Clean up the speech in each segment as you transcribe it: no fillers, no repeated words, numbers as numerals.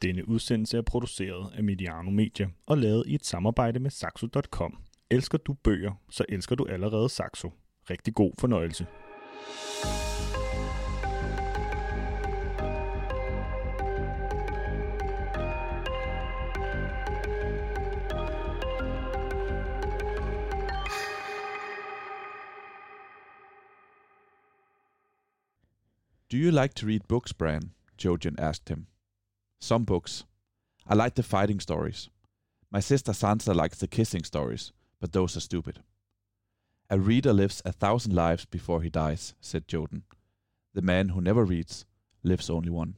Denne udsendelse er produceret af Mediano Media og lavet i et samarbejde med Saxo.com. Elsker du bøger, så elsker du allerede Saxo. Rigtig god fornøjelse. Do you like to read books, Bran? Jojen asked him. Some books. I like the fighting stories. My sister Sansa likes the kissing stories, but those are stupid. A reader lives 1,000 lives before he dies, said Jojen. The man who never reads lives only one.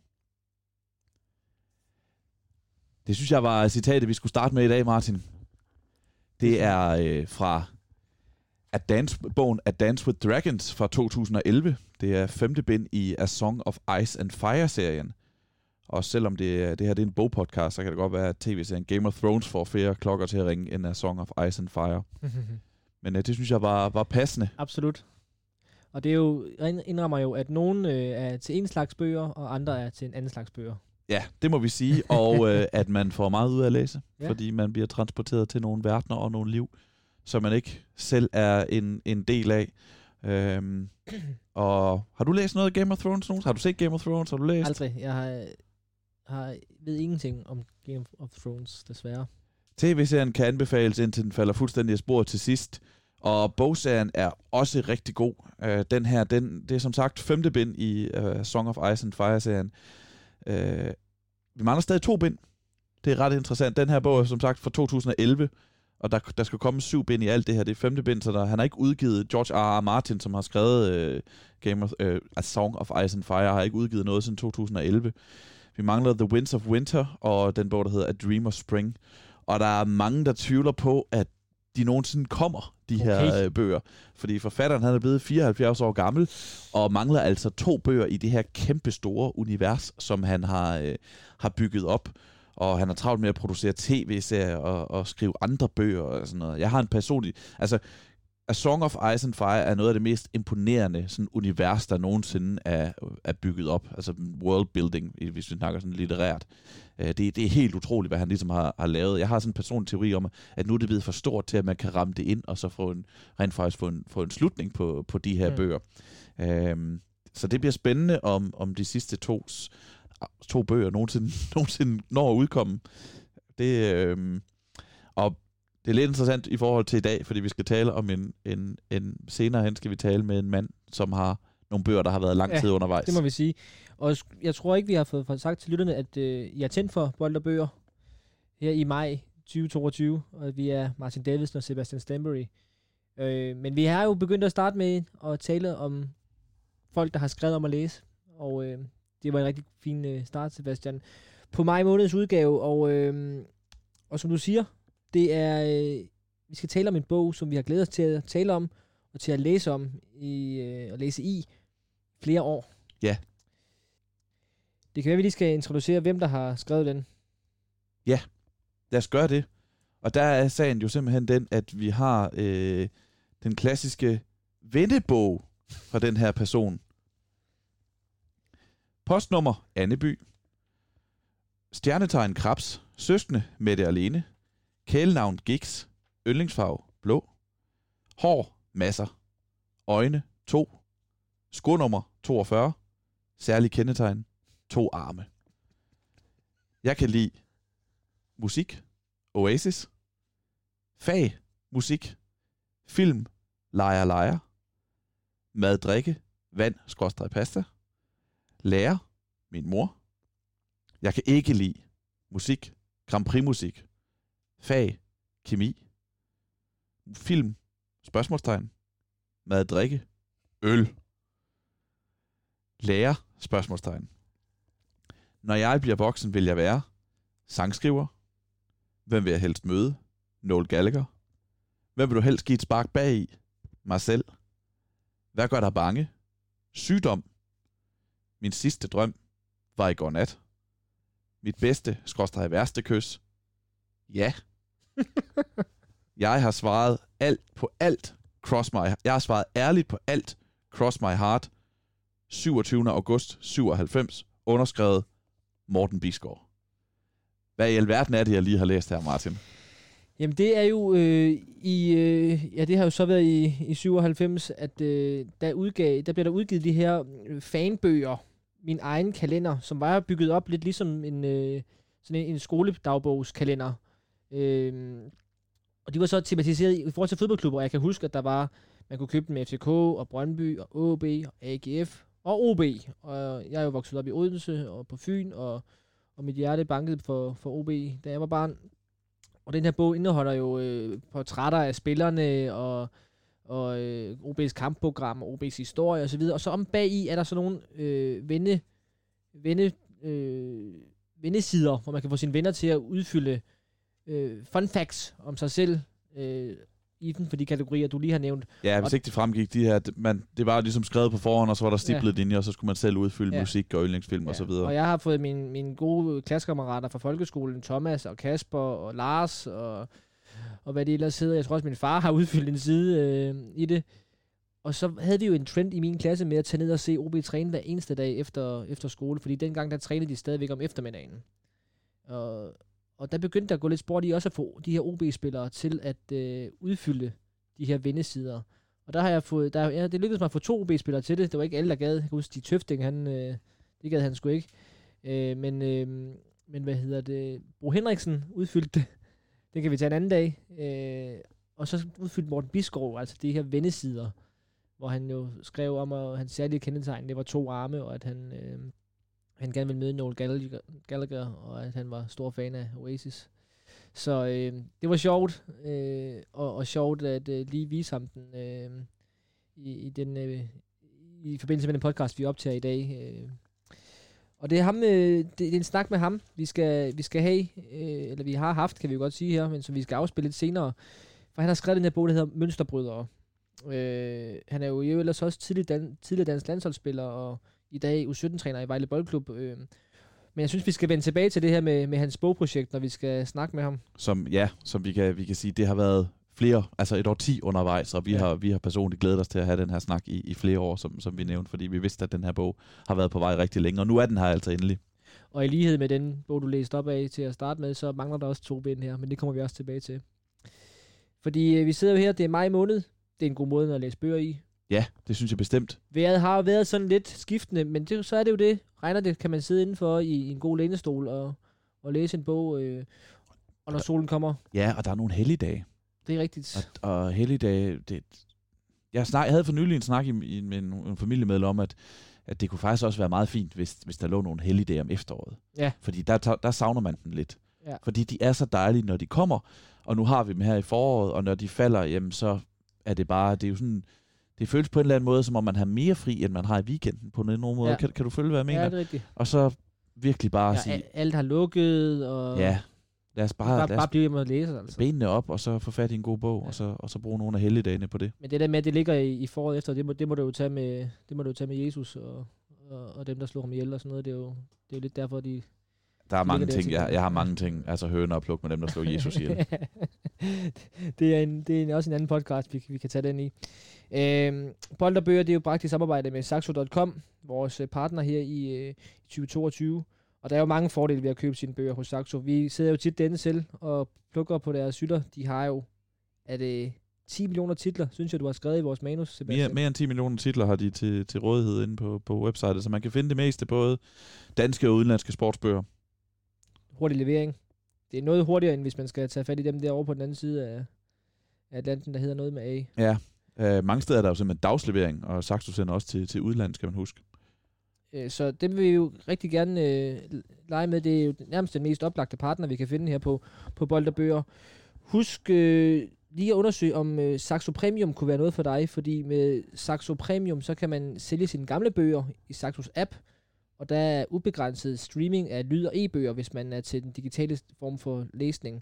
Det synes jeg var citatet, vi skulle starte med i dag, Martin. Det er fra bogen A Dance with Dragons fra 2011. Det er 5. bind i A Song of Ice and Fire-serien. Og selvom det her det er en bogpodcast, så kan det godt være, at tv-serien Game of Thrones får flere klokker til at ringe end A Song of Ice and Fire. Men det synes jeg var passende. Absolut. Og det er jo, indrammer jo, at nogen er til en slags bøger, og andre er til en anden slags bøger. Ja, det må vi sige. Og at man får meget ud af at læse, fordi man bliver transporteret til nogle verdener og nogle liv, som man ikke selv er en del af. Og har du læst noget af Game of Thrones nu? Har du set Game of Thrones? Har du læst? Aldrig. Jeg ved ingenting om Game of Thrones, desværre. TV-serien kan anbefales, indtil den falder fuldstændig af sporet til sidst. Og bogserien er også rigtig god. Det er som sagt 5. bind i Song of Ice and Fire-serien. Vi mangler stadig 2 bind. Det er ret interessant. Den her bog er som sagt fra 2011. Og der skal komme 7 bind i alt det her. Det er 5. bind, så han har ikke udgivet George R. R. Martin, som har skrevet A Song of Ice and Fire, har ikke udgivet noget siden 2011. Vi mangler The Winds of Winter, og den bog, der hedder A Dream of Spring. Og der er mange, der tvivler på, at de nogensinde kommer, de her bøger. Fordi forfatteren, han er blevet 74 år gammel, og mangler altså 2 bøger i det her kæmpe store univers, som han har bygget op. Og han har travlt med at producere tv-serier og skrive andre bøger og sådan noget. Jeg har en personlig... Altså, A Song of Ice and Fire er noget af det mest imponerende sådan univers, der nogensinde er bygget op. Altså worldbuilding, hvis vi snakker sådan litterært. Det er helt utroligt, hvad han ligesom har lavet. Jeg har sådan en personlig teori om, at nu er det blevet for stort til, at man kan ramme det ind, og så rent faktisk få en slutning på de her bøger. Så det bliver spændende, om de sidste 2 bøger nogensinde når at udkomme. Og det er lidt interessant i forhold til i dag, fordi vi skal tale om en senere hen skal vi tale med en mand, som har nogle bøger, der har været lang tid undervejs. Det må vi sige. Og jeg tror ikke, vi har fået sagt til lytterne, at I er tændt for bold og bøger her i maj 2022, og vi er Martin Davidsen og Sebastian Stanbury. Men vi har jo begyndt at starte med at tale om folk, der har skrevet om at læse, og det var en rigtig fin start, Sebastian, på maj måneds udgave, og som du siger, det er, vi skal tale om en bog, som vi har glædet os til at tale om, og til at læse om, og læse i flere år. Ja. Det kan være, at vi lige skal introducere, hvem der har skrevet den. Ja, lad os gøre det. Og der er sagen jo simpelthen den, at vi har den klassiske vennebog fra den her person. Postnummer Anneby. Stjernetegn Krebs. Søskende Mette og Lene. Kælenavn Gix. Yndlingsfarve blå. Hår masser. Øjne 2. Skonummer 42. Særlig kendetegn 2 arme. Jeg kan lide musik. Oasis. Fag. Musik. Film. Lejer. Mad, drikke. Vand, /pasta. Lærer. Min mor. Jeg kan ikke lide musik. Grand Prix musik. Fag. Kemi. Film. Spørgsmålstegn. Mad, drikke. Øl. Lærer. Spørgsmålstegn. Når jeg bliver voksen, vil jeg være sangskriver. Hvem vil jeg helst møde? Noel Gallagher. Hvem vil du helst give et spark bag i? Mig selv. Hvad gør dig bange? Sygdom. Min sidste drøm var i går nat. Mit bedste / værste kys. Ja. Jeg har svaret på alt. Jeg har svaret ærligt på alt. Cross my heart. 27. august 97. Underskrevet Morten Bisgaard. Hvad i alverden er det, jeg lige har læst her, Martin? Jamen det er jo det har jo så været i 97, at der blev der udgivet de her fanbøger, min egen kalender, som var bygget op lidt ligesom en skoledagbogskalender. Og de var så tematiseret i forhold til fodboldklubber, og jeg kan huske, at man kunne købe dem med FCK og Brøndby og AB og AGF og OB. Og jeg er jo vokset op i Odense og på Fyn, og mit hjerte bankede for OB, da jeg var barn. Og den her bog indeholder jo portrætter af spillerne og OB's kampprogram og OB's historie osv. Og så om bagi er der sådan nogle vennesider, hvor man kan få sine venner til at udfylde fun facts om sig selv inden for de kategorier, du lige har nævnt. Ja, hvis ikke det fremgik, det var ligesom skrevet på forhånd, og så var der stiplet linjer, og så skulle man selv udfylde musik og yndlingsfilm og så videre. Og jeg har fået mine gode klassekammerater fra folkeskolen, Thomas og Kasper og Lars og hvad det ellers hedder. Jeg tror også, min far har udfyldt en side i det. Og så havde vi jo en trend i min klasse med at tage ned og se OB træne hver eneste dag efter skole, fordi dengang der trænede de stadigvæk om eftermiddagen. Og der begyndte der at gå lidt sport i også at få de her OB-spillere til at udfylde de her vennesider. Og der har jeg fået, det lykkedes mig at få 2 OB-spillere til det. Det var ikke alle, der gad. Jeg kan huske, de Tøfting, det gad han sgu ikke. Men hvad hedder det? Bro Henriksen udfyldte det. Det kan vi tage en anden dag. Og så udfyldte Morten Bisgaard, altså de her vennesider, hvor han jo skrev om, at hans særlige kendetegn, det var 2 arme, og at han gerne ville møde Noel Gallagher, og at han var stor fan af Oasis. Så det var sjovt, og sjovt at lige vise ham den i forbindelse med den podcast, vi optager i dag. Og det er ham, det er en snak med ham, vi skal have, eller vi har haft, kan vi jo godt sige her, men som vi skal afspille lidt senere. For han har skrevet den her bog, der hedder Mønsterbrydere. Han er jo ellers også tidligere dansk landsholdsspiller, og i dag U17-træner i Vejle Boldklub. Men jeg synes, vi skal vende tilbage til det her med hans bogprojekt, når vi skal snakke med ham. Som vi kan sige, det har været et årti undervejs, og vi har personligt glædet os til at have den her snak i flere år, som vi nævnte, fordi vi vidste, at den her bog har været på vej rigtig længe, og nu er den her altså endelig. Og i lighed med den bog, du læste op af til at starte med, så mangler der også 2 bind her, men det kommer vi også tilbage til. Fordi vi sidder jo her, det er maj måned, det er en god måde at læse bøger i. Ja, det synes jeg bestemt. Vejret har været sådan lidt skiftende, men så er det jo det. Regner det, kan man sidde indenfor i en god lænestol og læse en bog, og når solen kommer. Ja, og der er nogle helligdage. Det er rigtigt. Og helligdage, jeg havde for nylig en snak med en familiemedlem om, at det kunne faktisk også være meget fint, hvis der lå nogle helligdage om efteråret. Ja. Fordi der savner man den lidt. Ja. Fordi de er så dejlige, når de kommer, og nu har vi dem her i foråret, og når de falder, jamen så er det bare, det er jo sådan, det føles på en eller anden måde, som om man har mere fri, end man har i weekenden på en måde. Ja. Kan du følge, hvad jeg mener? Ja, det er rigtigt. Og så virkelig bare sige... Alt har lukket, og... Ja, lad os bare blive hjemme og læse, altså. Benene op, og så få fat i en god bog, og så bruge nogle af helligdagene på det. Men det der med, at det ligger i foråret efter, det må du jo tage med Jesus og dem, der slog ham ihjel og sådan noget. Det er jo lidt derfor, de... Der er mange ting. Jeg har mange ting, altså høner og pluk med dem, der slog Jesus ihjel. det er også en anden podcast, vi kan tage den i. Bold og bøger, det er jo praktisk samarbejde med Saxo.com, vores partner her i 2022. Og der er jo mange fordele ved at købe sine bøger hos Saxo. Vi sidder jo tit denne selv og plukker på deres hylder. De har jo, 10 millioner titler, synes jeg, du har skrevet i vores manus, Sebastian. Mere end 10 millioner titler har de til rådighed inde på websitet, så man kan finde det meste, både danske og udenlandske sportsbøger. Hurtig levering. Det er noget hurtigere, end hvis man skal tage fat i dem derovre på den anden side af Atlanten, der hedder noget med A. Ja, mange steder er der jo simpelthen dagslevering, og Saxo sender også til udlandet, skal man huske. Så dem vil vi jo rigtig gerne lege med. Det er jo nærmest den mest oplagte partner, vi kan finde her på Bold og Bøger. Husk lige at undersøge, om Saxo Premium kunne være noget for dig, fordi med Saxo Premium, så kan man sælge sine gamle bøger i Saxos app, og der er ubegrænset streaming af lyd- og e-bøger, hvis man er til den digitale form for læsning.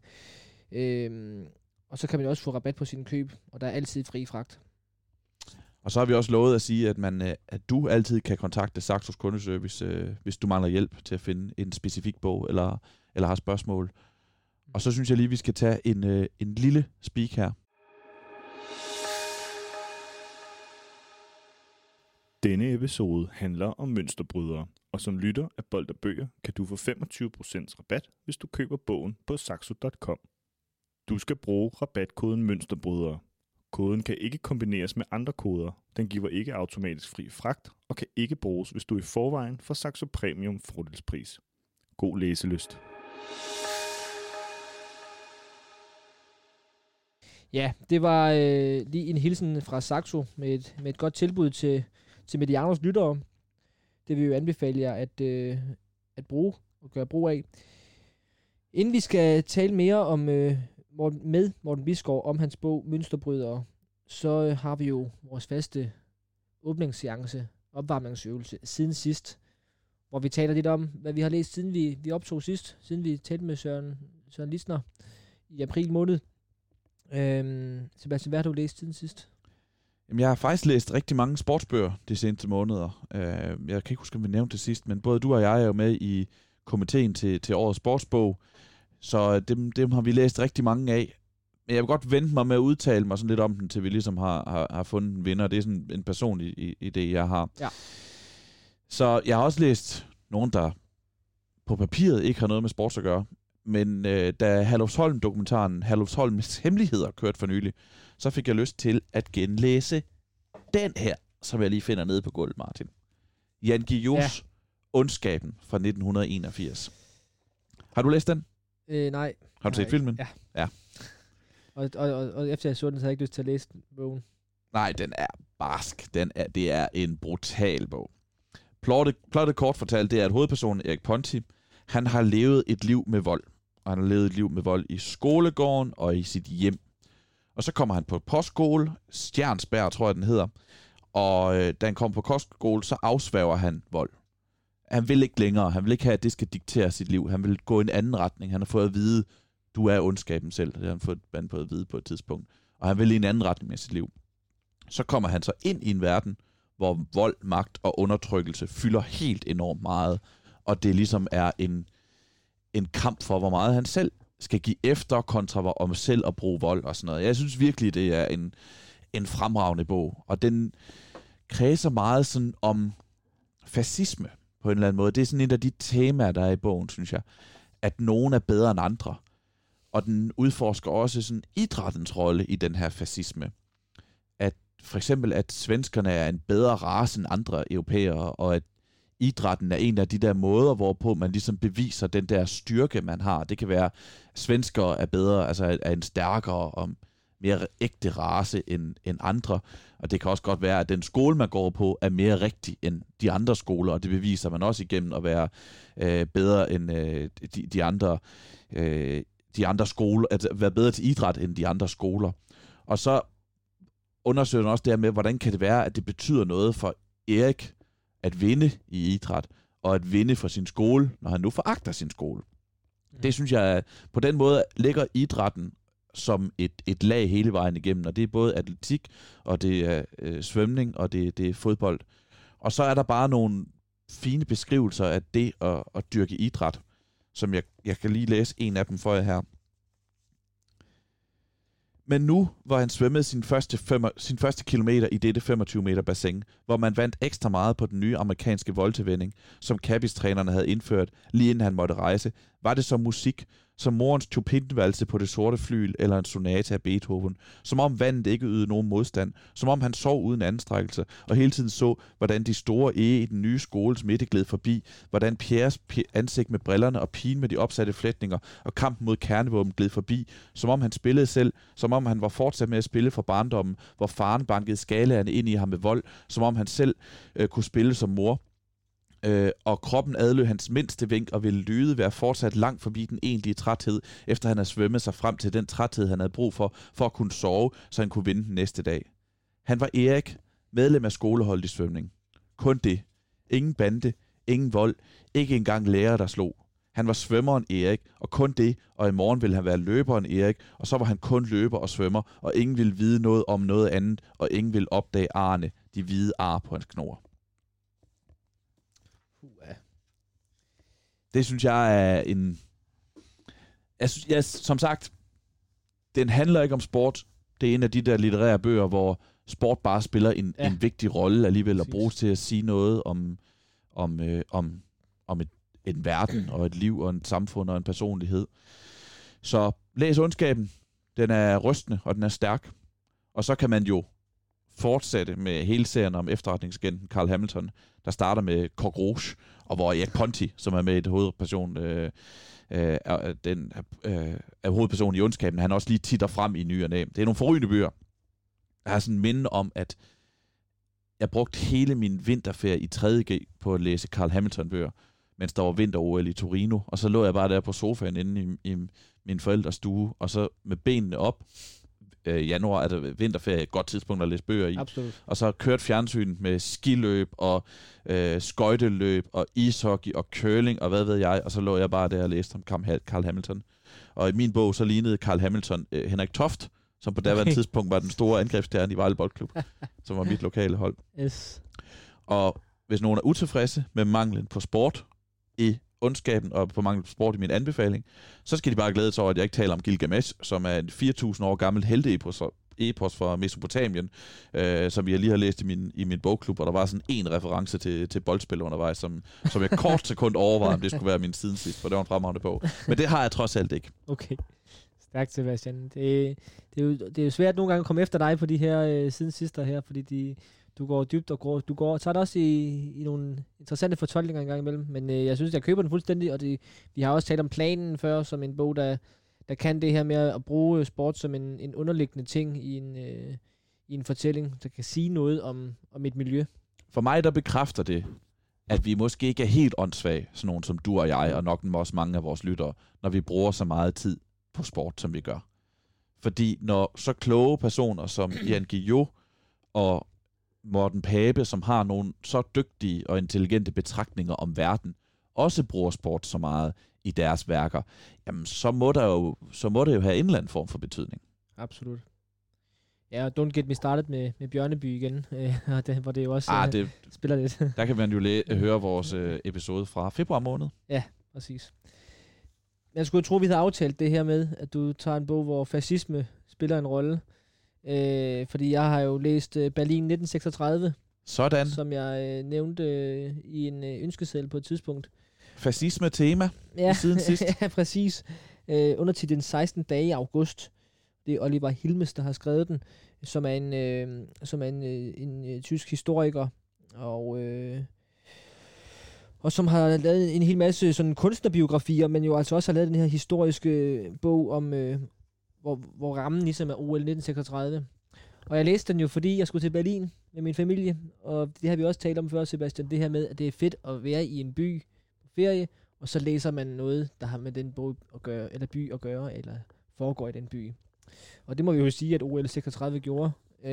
Og så kan man også få rabat på sine køb, og der er altid fri fragt. Og så har vi også lovet at sige, at du altid kan kontakte Saxos kundeservice, hvis du mangler hjælp til at finde en specifik bog eller har spørgsmål. Og så synes jeg lige, vi skal tage en lille speak her. Denne episode handler om mønsterbrydere, og som lytter af Bold og Bøger kan du få 25% rabat, hvis du køber bogen på saxo.com. Du skal bruge rabatkoden mønsterbrydere. Koden kan ikke kombineres med andre koder. Den giver ikke automatisk fri fragt og kan ikke bruges, hvis du i forvejen får Saxo Premium fordelspris. God læselyst. Ja, det var lige en hilsen fra Saxo med et godt tilbud til Medianos lyttere. Det vil jo anbefale jer at bruge og gøre brug af. Inden vi skal tale mere om Morten Bisgaard om hans bog Mønsterbrydere, så har vi jo vores faste åbningsseance, opvarmningsøvelse siden sidst, hvor vi taler lidt om, hvad vi har læst siden vi optog sidst, siden vi talte med Søren Lisner i april måned. Sebastian, hvad har du læst siden sidst? Jamen, jeg har faktisk læst rigtig mange sportsbøger de seneste måneder. Jeg kan ikke huske, om vi nævnte det sidst, men både du og jeg er jo med i komiteen til årets sportsbog, så dem har vi læst rigtig mange af. Men jeg vil godt vente mig med at udtale mig sådan lidt om den, til vi ligesom har fundet en vinder. Det er sådan en personlig idé, jeg har. Ja. Så jeg har også læst nogen, der på papiret ikke har noget med sports at gøre. Men da Herlufsholm-dokumentaren Herlufsholms Hemmeligheder kørte for nylig, så fik jeg lyst til at genlæse den her, som jeg lige finder nede på gulvet, Martin. Jan Guillous Ondskaben fra 1981. Har du læst den? Nej. Har du set filmen? Ja. Og efter jeg så den, så havde jeg ikke lyst til at læse bogen. Nej, den er barsk. Det er en brutal bog. Plottet kort fortalt, det er, at hovedpersonen Erik Ponti, han har levet et liv med vold. Og han har levet et liv med vold i skolegården og i sit hjem. Og så kommer han på postskole, Stjernsberg tror jeg den hedder. Og da han kommer på kostskole, så afsværger han vold. Han vil ikke længere. Han vil ikke have, at det skal diktere sit liv. Han vil gå i en anden retning. Han har fået at vide, du er ondskaben selv. Det har han fået band på at vide på et tidspunkt. Og han vil i en anden retning med sit liv. Så kommer han så ind i en verden, hvor vold, magt og undertrykkelse fylder helt enormt meget. Og det ligesom er en kamp for, hvor meget han selv skal give efter kontra om selv at bruge vold og sådan noget. Jeg synes virkelig, det er en fremragende bog. Og den kredser meget sådan om fascisme på en eller anden måde. Det er sådan et af de temaer, der er i bogen, synes jeg. At nogen er bedre end andre. Og den udforsker også sådan idrættens rolle i den her fascisme. At for eksempel, at svenskerne er en bedre race end andre europæere, og at idrætten er en af de der måder, hvorpå man ligesom beviser den der styrke, man har. Det kan være, at svenskere er bedre, altså er en stærkere og mere ægte race end andre. Og det kan også godt være, at den skole, man går på, er mere rigtig end de andre skoler, og det beviser man også igennem at være bedre end de andre skoler, at være bedre til idræt end de andre skoler. Og så undersøger man også det her med, hvordan kan det være, at det betyder noget for Erik at vinde i idræt, og at vinde for sin skole, når han nu foragter sin skole. Det synes jeg, på den måde ligger idrætten som et lag hele vejen igennem, og det er både atletik, og det er svømning, og det er fodbold. Og så er der bare nogle fine beskrivelser af det at dyrke idræt, som jeg kan lige læse en af dem for jer her. Men nu var han svømmet sin første kilometer i dette 25 meter bassin, hvor man vandt ekstra meget på den nye amerikanske voltevending, som Cabis-trænerne havde indført, lige inden han måtte rejse. Var det som musik, som morens Chopin-valse på det sorte flyl eller en sonate af Beethoven, som om vandet ikke ydede nogen modstand, som om han sov uden anstrækkelse, og hele tiden så, hvordan de store i den nye skoles midte gled forbi, hvordan Pierres ansigt med brillerne og pigen med de opsatte flætninger og kampen mod kernevåben gled forbi, som om han spillede selv, som om han var fortsat med at spille fra barndommen, hvor faren bankede skalaerne ind i ham med vold, som om han selv kunne spille som mor. Og kroppen adlød hans mindste vink og ville lyde være fortsat langt forbi den egentlige træthed, efter han havde svømmet sig frem til den træthed, han havde brug for at kunne sove, så han kunne vinde den næste dag. Han var Erik, medlem af skoleholdet i svømning. Kun det. Ingen bande, ingen vold, ikke engang lærer, der slog. Han var svømmeren Erik, og kun det, og i morgen ville han være løberen Erik, og så var han kun løber og svømmer, og ingen ville vide noget om noget andet, og ingen ville opdage arne, de hvide ar på hans knor. Det synes jeg er en... som sagt, den handler ikke om sport. Det er en af de der litterære bøger, hvor sport bare spiller en vigtig rolle alligevel at bruge til at sige noget om en verden og et liv og et samfund og en personlighed. Så læs Ondskaben. Den er rystende, og den er stærk. Og så kan man jo fortsætte med hele serien om efterretningsagenten Carl Hamilton, der starter med Coq Rouge, og hvor Erik Ponti, som er med i hovedperson, er hovedpersonen i Ondskaben, han også lige titter frem i ny og næ. Det er nogle forrygende bøger. Jeg har sådan en minde om, at jeg brugte hele min vinterferie i 3.G på at læse Carl Hamilton-bøger, mens der var vinter-OL i Torino, og så lå jeg bare der på sofaen inde i min forældres stue, og så med benene op. Januar er der vinterferie, et godt tidspunkt at læse bøger i. Absolut. Og så kørt fjernsynet med skiløb og skøjteløb og ishockey og curling og hvad ved jeg, og så lå jeg bare der og læste om Carl Hamilton. Og i min bog så lignede Carl Hamilton Henrik Toft, som på daværende tidspunkt var den store angrebsstjerne i Vejle Boldklub, som var mit lokale hold. Yes. Og hvis nogen er utilfredse med manglen på sport i Ondskaben og på manglen på sport i min anbefaling, så skal de bare glæde sig over, at jeg ikke taler om Gilgamesh, som er en 4.000 år gammel helteepos fra Mesopotamien, som jeg lige har læst i min bogklub, og der var sådan en reference til boldspil undervejs, som jeg kort sekund overvejede, om det skulle være min sidenslist, for det var en fremragende bog. Men det har jeg trods alt ikke. Okay. Stærkt, Sebastian. Det er jo svært nogle gange at komme efter dig på de her sidensister her, fordi du går dybt og du tager det også i nogle interessante fortolkninger en gang imellem, men jeg synes, jeg køber den fuldstændig, og vi har også talt om planen før, som en bog, der kan det her med at bruge sport som en underliggende ting i en fortælling, der kan sige noget om et miljø. For mig, der bekræfter det, at vi måske ikke er helt åndssvage, sådan nogen som du og jeg, og nok også mange af vores lyttere, når vi bruger så meget tid på sport, som vi gør. Fordi når så kloge personer som Jan Guillou og Morten Pape, som har nogle så dygtige og intelligente betragtninger om verden, også bruger sport så meget i deres værker, jamen så må det jo have en eller anden form for betydning. Absolut. Ja, og Don't Get Me Started med Bjørneby igen, hvor det jo også spiller lidt. Der kan man jo høre vores episode fra februar måned. Ja, præcis. Jeg skulle tro, vi havde aftalt det her med, at du tager en bog, hvor fascisme spiller en rolle. Fordi jeg har jo læst Berlin 1936. Sådan. Som jeg nævnte i en ønskeseddel på et tidspunkt. Fascisme tema siden sidst. Ja, præcis. Undertitlen 16 dage i august. Det er Oliver Hilmes, der har skrevet den, som er en tysk historiker, og som har lavet en hel masse sådan kunstnerbiografier, men jo altså også har lavet den her historiske bog om, hvor rammen ligesom er OL 1936. Og jeg læste den jo, fordi jeg skulle til Berlin med min familie, og det har vi også talt om før, Sebastian, det her med, at det er fedt at være i en by på ferie, og så læser man noget, der har med den bog at gøre, eller by at gøre, eller foregår i den by. Og det må vi jo sige, at OL 36 gjorde.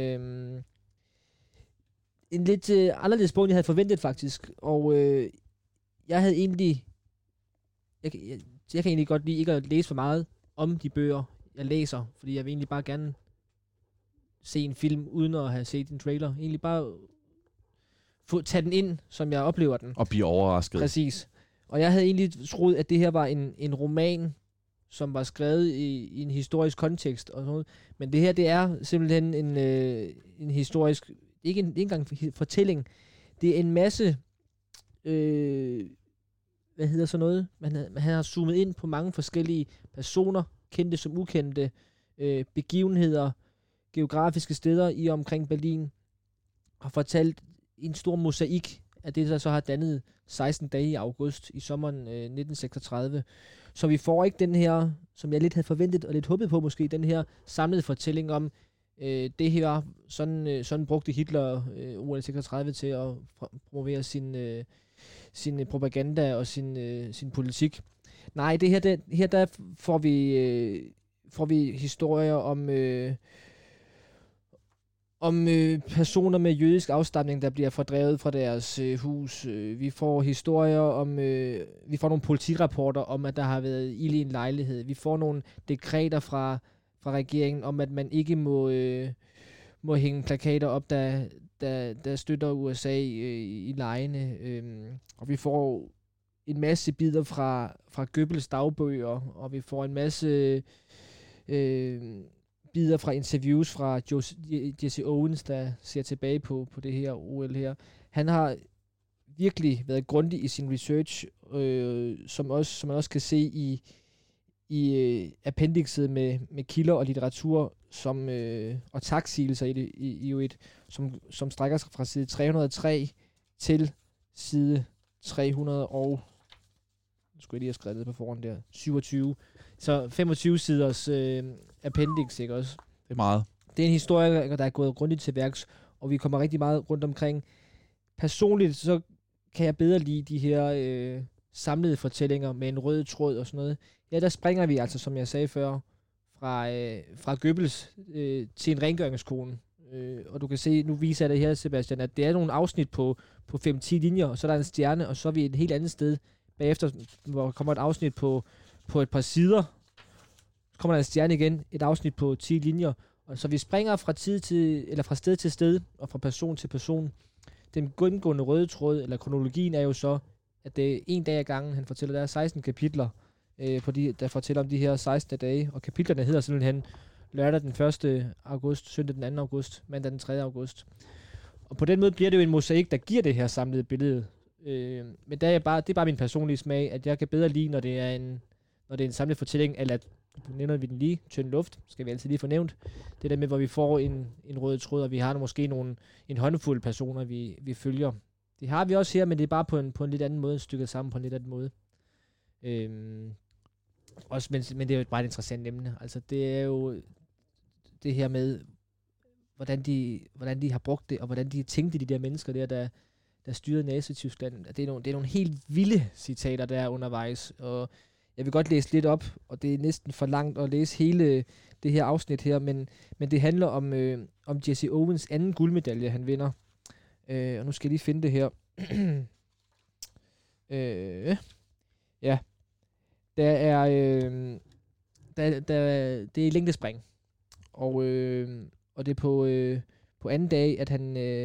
En lidt anderledes bog, end jeg havde forventet faktisk, og jeg havde egentlig, jeg kan egentlig godt lide ikke at læse for meget om de bøger, jeg læser, fordi jeg vil egentlig bare gerne se en film, uden at have set en trailer. Egentlig bare tage den ind, som jeg oplever den. Og blive overrasket. Præcis. Og jeg havde egentlig troet, at det her var en roman, som var skrevet i en historisk kontekst og sådan noget. Men det her, det er simpelthen en historisk, ikke engang fortælling. Det er en masse, hvad hedder så noget? Man har zoomet ind på mange forskellige personer, kendte som ukendte, begivenheder, geografiske steder i og omkring Berlin, har fortalt en stor mosaik af det, der så har dannet 16 dage i august i sommeren 1936. Så vi får ikke den her, som jeg lidt havde forventet og lidt håbet på måske, den her samlede fortælling om, det her, sådan brugte Hitler OL 36 til at promovere sin propaganda og sin politik. Nej, det her der får vi historier om personer med jødisk afstamning, der bliver fordrevet fra deres hus. Vi får historier om, vi får nogle politirapporter om, at der har været ild i en lejlighed. Vi får nogle dekreter fra regeringen om, at man ikke må hænge plakater op, der støtter USA i lejene. Og vi får en masse bidder fra Goebbels dagbøger, og vi får en masse bidder fra interviews fra Jesse Owens, der ser tilbage på det her OL her. Han har virkelig været grundig i sin research, som man også kan se i appendixet med kilder og litteratur, og taksigelser i U1, som strækker sig fra side 303 til side 300 og skulle jeg lige have skrevet ned på forhånd der, 27. Så 25 siders appendix, ikke også? Det er meget. Det er en historie, der er gået grundigt til værks, og vi kommer rigtig meget rundt omkring. Personligt, så kan jeg bedre lide de her samlede fortællinger med en rød tråd og sådan noget. Ja, der springer vi altså, som jeg sagde før, fra Goebbels til en rengøringskone. Og du kan se, nu viser jeg det her, Sebastian, at det er nogle afsnit på 5-10 linjer, og så er der en stjerne, og så er vi et helt andet sted. Bagefter, hvor kommer et afsnit på et par sider, så kommer der en stjerne igen, et afsnit på 10 linjer, og så vi springer fra sted til sted, og fra person til person. Den gennemgående røde tråd, eller kronologien, er jo så, at det er en dag ad gangen, han fortæller, der er 16 kapitler, der fortæller om de her 16 dage, og kapitlerne hedder simpelthen lørdag den 1. august, søndag den 2. august, mandag den 3. august. Og på den måde bliver det jo en mosaik, der giver det her samlede billede. Men det er bare min personlige smag, at jeg kan bedre lide, når det er en samlet fortælling, eller nu nævner vi den lige, tynd luft, skal vi altid lige få nævnt. Det der med, hvor vi får en rød tråd, og vi har måske en håndfuld personer, vi følger. Det har vi også her, men det er bare på en lidt anden måde, stykket sammen på en lidt anden måde. Men det er jo bare et interessant emne. Altså, det er jo det her med, hvordan de har brugt det, og hvordan de tænkte de der mennesker der styrede Nazi-Tyskland. Det er nogle helt vilde citater, der er undervejs, og jeg vil godt læse lidt op, og det er næsten for langt at læse hele det her afsnit her, men det handler om Jesse Owens anden guldmedalje, han vinder. Og nu skal jeg lige finde det her. Ja. Der er det er længdespring. Og det er på anden dag, at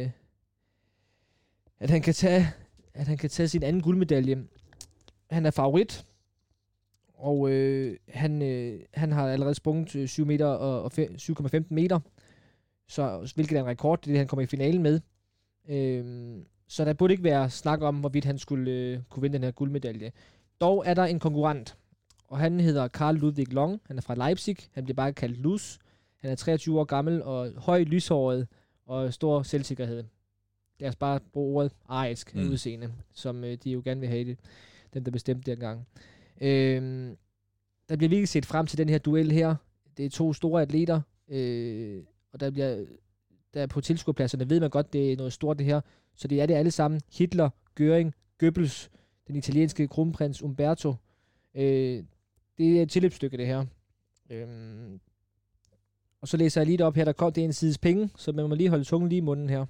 han kan tage sin anden guldmedalje. Han er favorit. Og han har allerede sprunget 7 meter og 7,15 meter. Så hvilket er en rekord, det er det, han kommer i finalen med. Så der burde ikke være snak om, hvorvidt han skulle kunne vinde den her guldmedalje. Dog er der en konkurrent, og han hedder Karl Ludwig Long. Han er fra Leipzig. Han bliver bare kaldt Luz. Han er 23 år gammel og høj, lyshåret og stor selvsikkerhed. Lad os bare bruge ordet arisk udseende, som de jo gerne vil have det. Dem, der bestemte dengang. Der bliver virkelig set frem til den her duel her. Det er to store atleter, og der på tilskuerpladserne ved man godt, det er noget stort det her. Så det er det alle sammen. Hitler, Göring, Goebbels, den italienske kronprins Umberto. Det er et tilløbsstykke, det her. Og så læser jeg lige det op her, det er en sides penge, så man må lige holde tungen lige i munden her.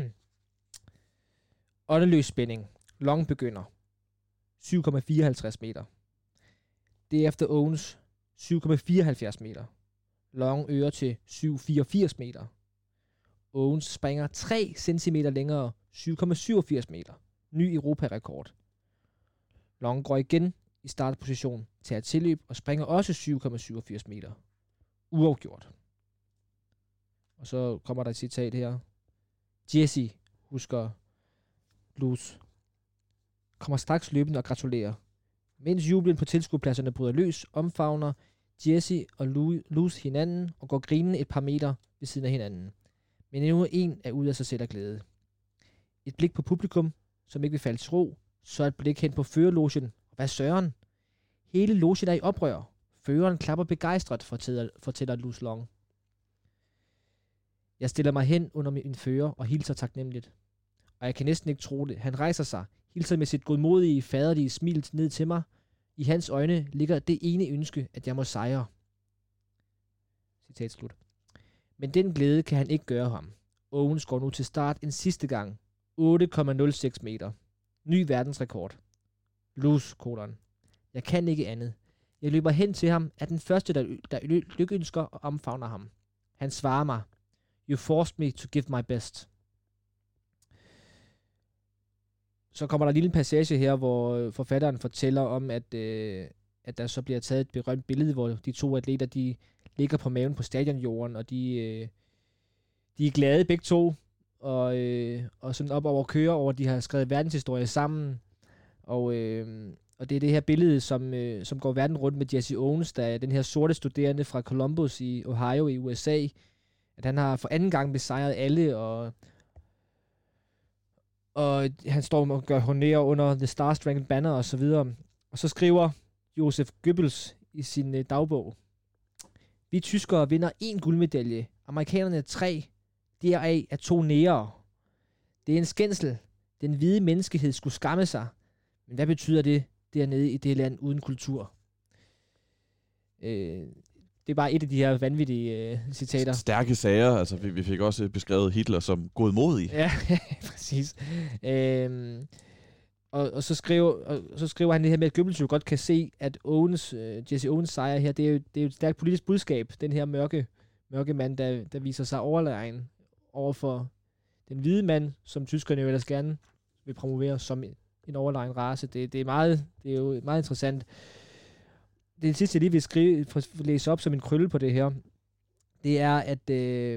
Åndeløs spænding. Long begynder. 7,54 meter. Derefter Owens 7,74 meter. Long øger til 7,84 meter. Owens springer 3 cm længere, 7,87 meter. Ny Europarekord. Long går igen i startposition, tager tilløb og springer også 7,87 meter. Uafgjort. Og så kommer der et citat her. Jesse, husker Luz, kommer straks løbende og gratulerer. Mens jublen på tilskuerpladserne bryder løs, omfavner Jesse og Luz hinanden og går grinende et par meter ved siden af hinanden. Men endnu en er ude af sig selv af glæde. Et blik på publikum, som ikke vil falde til ro, så et blik hen på førerlogen. Hvad søren? Hele logen er i oprør. Føreren klapper begejstret, fortæller Luz Long. Jeg stiller mig hen under min fører og hilser taknemmeligt. Og jeg kan næsten ikke tro det. Han rejser sig, hilser med sit godmodige, faderlige smil ned til mig. I hans øjne ligger det ene ønske, at jeg må sejre. Citat slut. Men den glæde kan han ikke gøre ham. Owens går nu til start en sidste gang. 8,06 meter. Ny verdensrekord. Luz, kolon. Jeg kan ikke andet. Jeg løber hen til ham, er den første, der lykønsker og omfavner ham. Han svarer mig. You forced me to give my best. Så kommer der en lille passage her, hvor forfatteren fortæller om, at der så bliver taget et berømt billede, hvor de to atleter, de ligger på maven på stadionjorden, og de er glade begge to, og sådan op over kører over, de har skrevet verdenshistorie sammen, og det er det her billede, som går verden rundt med Jesse Owens, der er den her sorte studerende fra Columbus i Ohio i USA, at han har for anden gang besejret alle, og han står og gør honor under The Star Spangled Banner og så videre. Og så skriver Joseph Goebbels i sin dagbog: Vi tyskere vinder 1 guldmedalje, amerikanerne 3, deraf er 2 nære. Det er en skændsel. Den hvide menneskehed skulle skamme sig. Men hvad betyder det dernede i det land uden kultur? Det er bare et af de her vanvittige citater. Stærke sager. Altså, vi fik også beskrevet Hitler som godmodig. Ja, præcis. Og så skriver han det her med, at Goebbels jo godt kan se, at Jesse Owens sejr her, det er jo et stærkt politisk budskab. Den her mørke mand, der viser sig overlegen over for den hvide mand, som tyskerne jo ellers gerne vil promovere som en overlegen race. Det er jo meget interessant. Det sidste, jeg lige vil læse op som en krølle på det her, det er, at det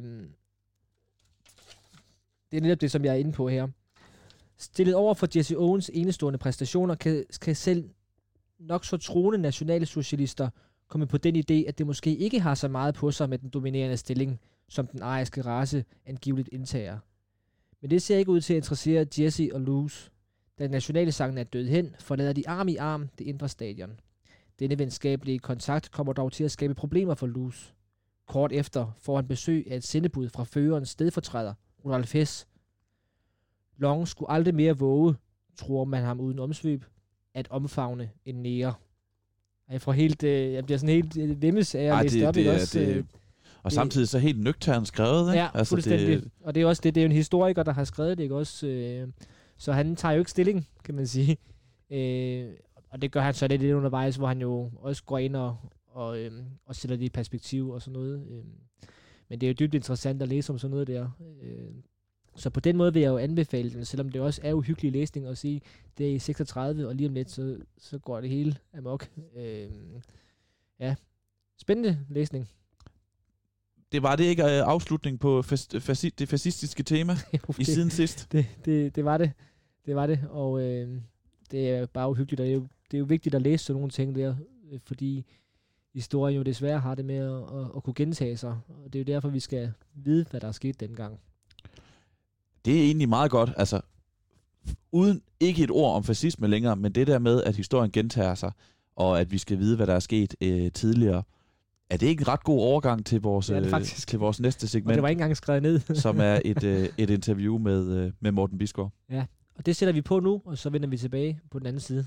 er netop det, som jeg er inde på her. Stillet over for Jesse Owens enestående præstationer, kan selv nok så troende nationale socialister komme på den idé, at det måske ikke har så meget på sig med den dominerende stilling, som den ariske race angiveligt indtager. Men det ser ikke ud til at interessere Jesse og Luz. Da nationale sangen er død hen, forlader de arm i arm det indre stadion. Denne venskabelige kontakt kommer dog til at skabe problemer for Luz. Kort efter får han besøg af et sendebud fra førerens stedfortræder, Rudolf Hess. Long skulle aldrig mere våge, tror man ham uden omsvøb, at omfavne en nære. Jeg bliver sådan helt vimmes af at læse det op. Og samtidig så helt nøgternt skrevet, ikke? Ja, altså fuldstændig. Og det er også det er jo en historiker, der har skrevet det, ikke også? Så han tager jo ikke stilling, kan man sige. Og det gør han så lidt undervejs, hvor han jo også går ind og sætter det i perspektiv og sådan noget. Men det er jo dybt interessant at læse om sådan noget der. Så på den måde vil jeg jo anbefale den, selvom det også er uhyggelig læsning at sige, det er i 36, og lige om lidt, så går det hele amok. Ja, spændende læsning. Det var det ikke afslutning på det fascistiske tema i siden sidst? Det var det. Det var det, og det er bare uhyggeligt, og det er jo vigtigt at læse sådan nogle ting der, fordi historien jo desværre har det med at kunne gentage sig, og det er jo derfor, vi skal vide, hvad der er sket dengang. Det er egentlig meget godt, altså uden ikke et ord om fascisme længere, men det der med, at historien gentager sig, og at vi skal vide, hvad der er sket tidligere. Er det ikke en ret god overgang til vores næste segment? Og det var ikke engang skrevet ned. som er et interview med Morten Bisgaard. Ja, og det sætter vi på nu, og så vender vi tilbage på den anden side.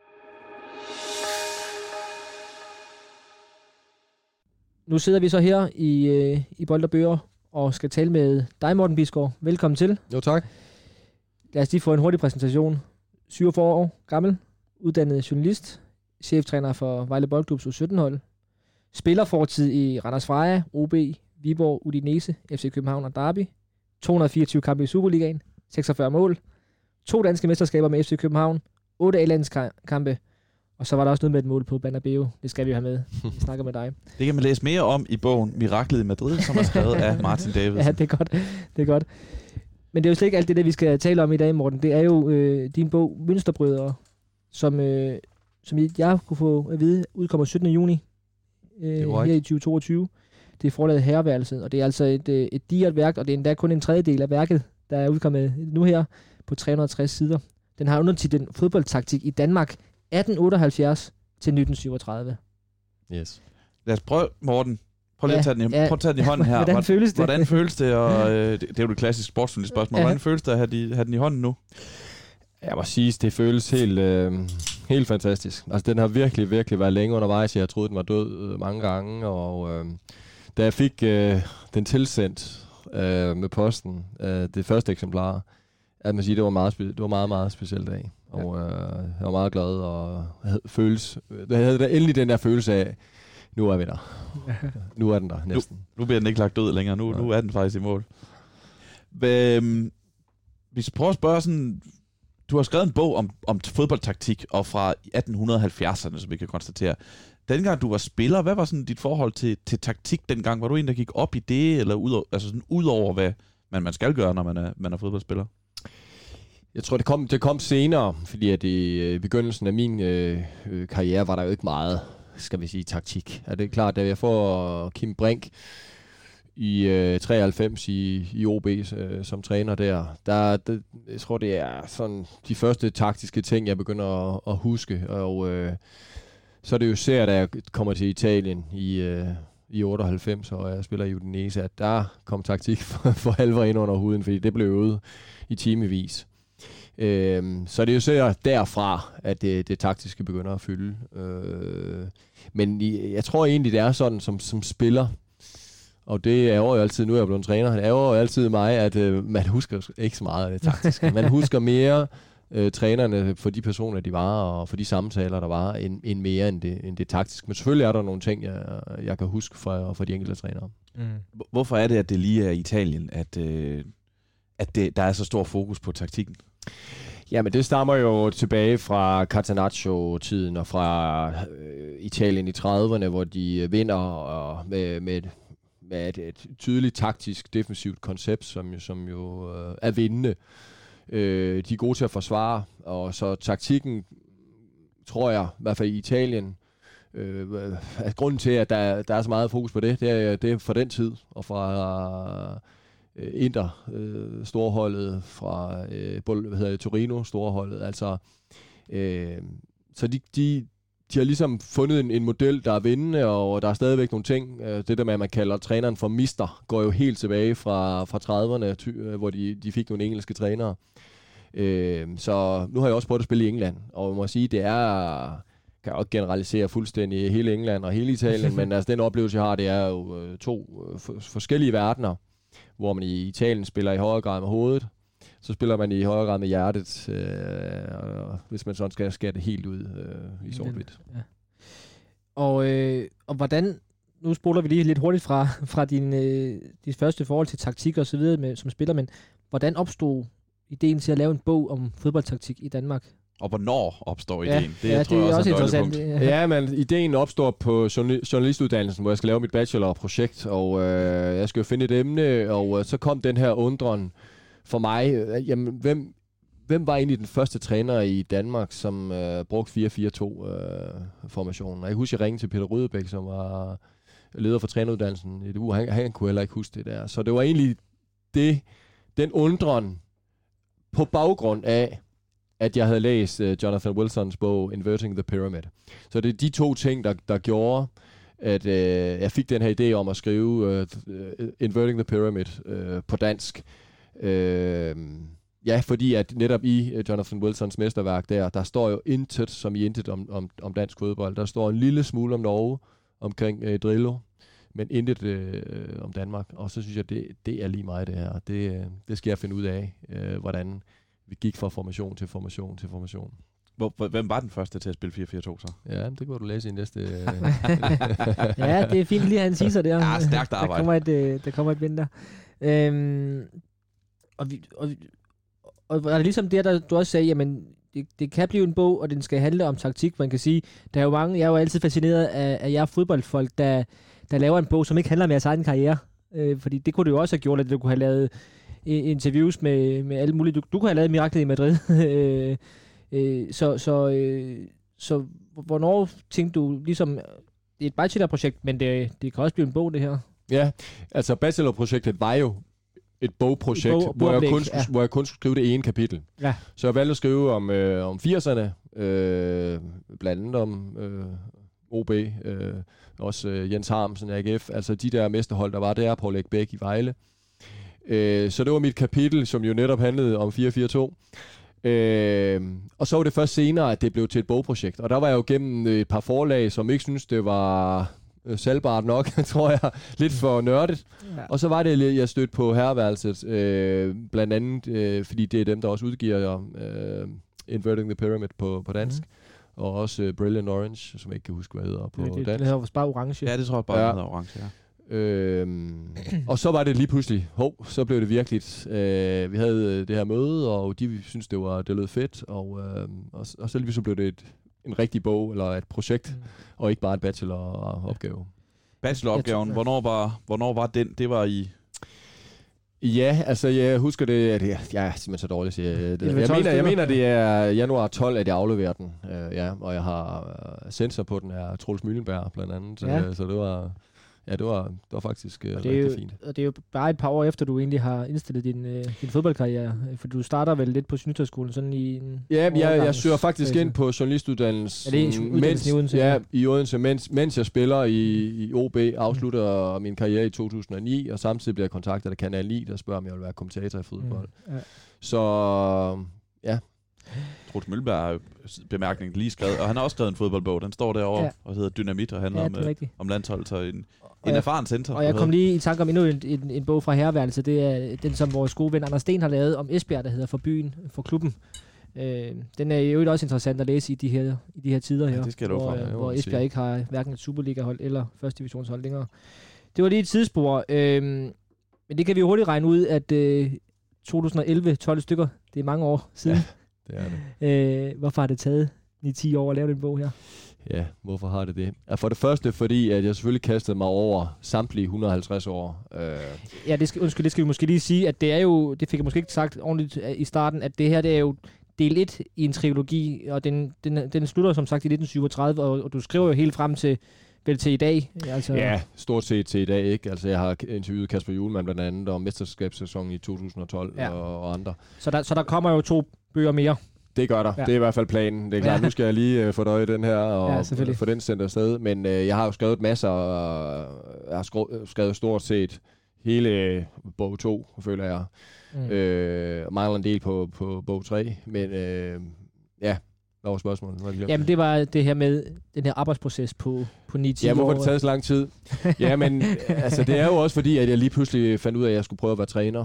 Nu sidder vi så her i Bold og Bøger og skal tale med dig, Morten Bisgaard. Velkommen til. Jo, tak. Lad os lige få en hurtig præsentation. 47 år gammel, uddannet journalist, cheftræner for Vejle Boldklubs U17-hold, spillerfortid i Randers Freja, OB, Viborg, Udinese, FC København og Derby, 224 kampe i Superligaen, 46 mål, 2 danske mesterskaber med FC København, 8 A-landskampe, og så var der også noget med et mål på Bernabeu. Det skal vi jo have med. Vi snakker med dig. Det kan man læse mere om i bogen Miraklet i Madrid, som er skrevet af Martin Davidsen. Ja, det er godt. Men det er jo slet ikke alt det, vi skal tale om i dag, Morten. Det er jo din bog Mønsterbrydere, som jeg kunne få at vide, udkommer 17. juni her i 2022. Det er forlaget Herreværelset, og det er altså et digert værk, og det er endda kun en tredjedel af værket, der er udkommet nu her på 360 sider. Den har undertitlen Fodboldtaktik i Danmark 1878 til 1937. Yes. Lad os prøve, Morten. Prøv lige at tage den i hånden her. Hvordan føles det? Hvordan føles det? Og, det er jo det klassiske sportsjournalist spørgsmål. Hvordan føles det at have den i hånden nu? Jeg må sige, det føles helt fantastisk. Altså, den har virkelig, virkelig været længe undervejs. Jeg troede, den var død mange gange, og da jeg fik den tilsendt med posten, det første eksemplar, at man siger, det var meget, meget speciel dag. Og jeg var meget glad, og jeg havde endelig den der følelse af, nu er vi der. Nu er den der næsten. Nu bliver den ikke lagt død længere. Nu er den faktisk i mål. Vi skal prøve at spørge sådan, Du har skrevet en bog om fodboldtaktik, og fra 1870'erne, som vi kan konstatere. Dengang du var spiller, hvad var sådan dit forhold til taktik dengang? Var du en, der gik op i det, eller ud over hvad man skal gøre, når man er fodboldspiller? Jeg tror, det kom senere, fordi at i begyndelsen af min karriere var der jo ikke meget, skal vi sige, taktik. Er det klart, da jeg får Kim Brink i 93 i OB som træner der, jeg tror, det er sådan de første taktiske ting, jeg begynder at huske. Og så er det jo især, da jeg kommer til Italien i 98, og jeg spiller i Udinese, at der kom taktik for alvor ind under huden, fordi det blev øvet i timevis. Så det er jo så derfra, at det taktiske begynder at fylde. Men jeg tror egentlig, det er sådan som spiller, og det er jo altid, nu er jeg blevet træner, det er jo altid mig, at man husker ikke så meget af det taktiske. Man husker mere trænerne for de personer, de var, og for de samtaler, der var, end mere end det taktiske. Men selvfølgelig er der nogle ting, jeg kan huske fra de enkelte trænere. Hvorfor er det, at det lige er Italien, at der er så stor fokus på taktikken? Jamen, det stammer jo tilbage fra Catenaccio-tiden og fra Italien i 30'erne, hvor de vinder med et tydeligt taktisk defensivt koncept, som jo er vindende. De er gode til at forsvare, og så taktikken, tror jeg, i hvert fald i Italien, at grunden til, at der er så meget fokus på det er for den tid, og fra Inter, storholdet, fra Torino, storholdet, altså så de har ligesom fundet en model, der er vindende, og der er stadigvæk nogle ting. Det der med, at man kalder træneren for mister, går jo helt tilbage fra 30'erne, hvor de fik nogle engelske trænere. Så nu har jeg også prøvet at spille i England, og jeg må sige, det er, kan jeg også generalisere fuldstændig hele England og hele Italien, men altså den oplevelse, jeg har, det er jo to forskellige verdener, hvor man i Italien spiller i højere grad med hovedet, så spiller man i højere grad med hjertet, hvis man sådan skal skære det helt ud i sort-hvidt. Ja. Og hvordan, nu spoler vi lige lidt hurtigt fra dit første forhold til taktik og så videre som spiller, men hvordan opstod ideen til at lave en bog om fodboldtaktik i Danmark? Og hvornår opstår ideen? Det tror jeg også er interessant. Ja, men ideen opstår på journalistuddannelsen, hvor jeg skal lave mit bachelorprojekt, og jeg skal jo finde et emne, og så kom den her undren for mig. Jamen, hvem var egentlig den første træner i Danmark, som brugte 4-4-2-formationen? Jeg husker, jeg ringede til Peter Rydebæk, som var leder for træneruddannelsen i et uge. Han kunne heller ikke huske det der. Så det var egentlig den undren på baggrund af, at jeg havde læst Jonathan Wilsons bog Inverting the Pyramid. Så det er de to ting, der gjorde, at jeg fik den her idé om at skrive Inverting the Pyramid på dansk. Ja, fordi at netop i Jonathan Wilsons mesterværk der står jo intet som i intet om dansk fodbold. Der står en lille smule om Norge, omkring Drillo, men intet om Danmark. Og så synes jeg, det er lige mig det her. Det skal jeg finde ud af, hvordan vi gik fra formation til formation til formation. Hvem var den første til at spille 4-4-2 så? Ja, det kan du læse i næste... Ja, det er fint lige at han siger sig der. Ja, stærkt arbejde. Der kommer et vind der. Og er det ligesom det, der du også sagde, jamen, det kan blive en bog, og den skal handle om taktik. Man kan sige, der er jo mange, jeg er jo altid fascineret af jer fodboldfolk, der laver en bog, som ikke handler om jeres egen karriere. Fordi det kunne du jo også have gjort, at du kunne have lavet interviews med alle mulige. Du kunne have lavet Miraklet i Madrid. Så hvornår tænkte du ligesom, det er et bachelorprojekt, men det kan også blive en bog, det her? Ja, altså bachelorprojektet var jo et bogprojekt, hvor jeg kun skulle skrive det ene kapitel. Ja. Så jeg valgte at skrive om 80'erne, blandt andet om OB, også Jens Harmsen, AGF, altså de der mesterhold, der var der, Poul Erik Bæk i Vejle. Så det var mit kapitel, som jo netop handlede om 4-4-2. Og så var det først senere, at det blev til et bogprojekt. Og der var jeg jo gennem et par forlag, som ikke syntes, det var salgbart nok, tror jeg. Lidt for nørdet. Ja. Og så var det, jeg stødte på Herreværelset, blandt andet, fordi det er dem, der også udgiver Inverting the Pyramid på dansk. Og også Brilliant Orange, som jeg ikke kan huske, hvad hedder på dansk. Det hedder bare Orange. Ja, det tror jeg bare hedder Orange, ja. Og så var det lige pludselig, så blev det virkeligt. Vi havde det her møde, og de syntes, det lød fedt, og så lige så blev det en rigtig bog, eller et projekt, og ikke bare et bacheloropgave. Bacheloropgaven, hvornår var den? Det var i... Ja, altså jeg husker det, at jeg er simpelthen så dårlig, siger jeg mener, det er januar 12, at jeg afleverer den, og jeg har sensor på den af Troels Møllenberg blandt andet, så det var... Ja, det var faktisk rigtig fint. Og det er jo bare et par år efter, du egentlig har indstillet din fodboldkarriere. For du starter vel lidt på Journalisthøjskolen sådan i en... Ja, jeg søger faktisk ind på journalistuddannelsen. I Odense? Ja, i Odense, mens jeg spiller i OB, afslutter min karriere i 2009, og samtidig bliver jeg kontaktet af Kanal 9, der spørger, om jeg vil være kommentator i fodbold. Så ja. Troels Møllenberg har bemærkningen lige skrevet, og han har også skrevet en fodboldbog. Den står derovre og hedder Dynamit og handler om landsholdet, så en erfaren center. Og jeg kom lige i tanke om endnu en bog fra Herreværelse. Det er den, som vores gode ven Anders Sten har lavet om Esbjerg, der hedder For byen, for klubben. Den er jo også interessant at læse i de her tider her, hvor Esbjerg ikke har hverken et Superliga-hold eller første divisionshold længere. Det var lige et tidsspor, men det kan vi jo hurtigt regne ud, at 2011, 12 stykker, det er mange år siden. Ja. Det er det. Hvorfor har det taget 9-10 år at lave den bog her? Ja, hvorfor har det det? For det første, fordi at jeg selvfølgelig kastede mig over samtlige 150 år. Ja, det skal vi måske lige sige, at det er jo, det fik jeg måske ikke sagt ordentligt i starten, at det her, det er jo del 1 i en trilogi, og den slutter som sagt i 1937, og du skriver jo helt frem til vel til i dag. Altså. Ja, stort set til i dag, ikke? Altså, jeg har interviewet Kasper Hjulmand blandt andet om mesterskabssæsonen i 2012 og andre. Så der kommer jo 2 bøger mere. Det gør der. Ja. Det er i hvert fald planen. Det er klart, nu skal jeg lige fordøje den her og få den sendt afsted. Men jeg har jo skrevet masser, og jeg har skrevet stort set hele bog 2, føler jeg. Mangler en del på bog 3. Men ja, hvad var spørgsmålet? Jamen, det var det her med den her arbejdsproces på 9-10 år. Ja, hvorfor det taget så lang tid? Ja, men altså, det er jo også fordi, at jeg lige pludselig fandt ud af, at jeg skulle prøve at være træner.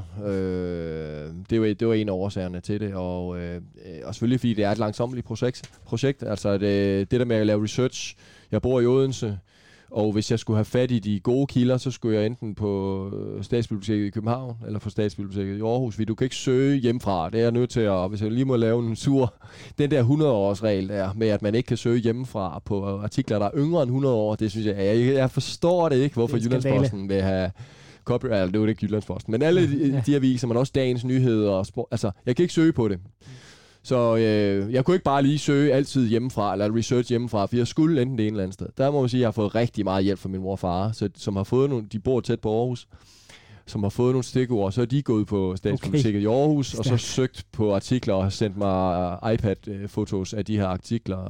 Det var en af årsagerne til det, og selvfølgelig fordi det er et langsommeligt projekt. Altså det der med at lave research. Jeg bor i Odense, og hvis jeg skulle have fat i de gode kilder, så skulle jeg enten på Statsbiblioteket i København, eller på Statsbiblioteket i Aarhus, fordi du kan ikke søge hjemmefra. Det er jeg nødt til at, hvis jeg lige må lave en den der 100-års-regel der, med at man ikke kan søge hjemmefra på artikler, der er yngre end 100 år, det synes jeg forstår det ikke, hvorfor Jyllandsposten vil have copyright, eller det var ikke Jyllandsposten, men alle de aviser, men også Dagens Nyheder og sport, altså, jeg kan ikke søge på det. Så jeg kunne ikke bare lige søge altid hjemmefra, eller research hjemmefra, for jeg skulle enten det ene eller andet sted. Der må man sige, at jeg har fået rigtig meget hjælp fra min mor og far, som har fået nogle, de bor tæt på Aarhus, som har fået nogle stikord, så er de gået på Statsbiblioteket i Aarhus, og så søgt på artikler og har sendt mig iPad-fotos af de her artikler.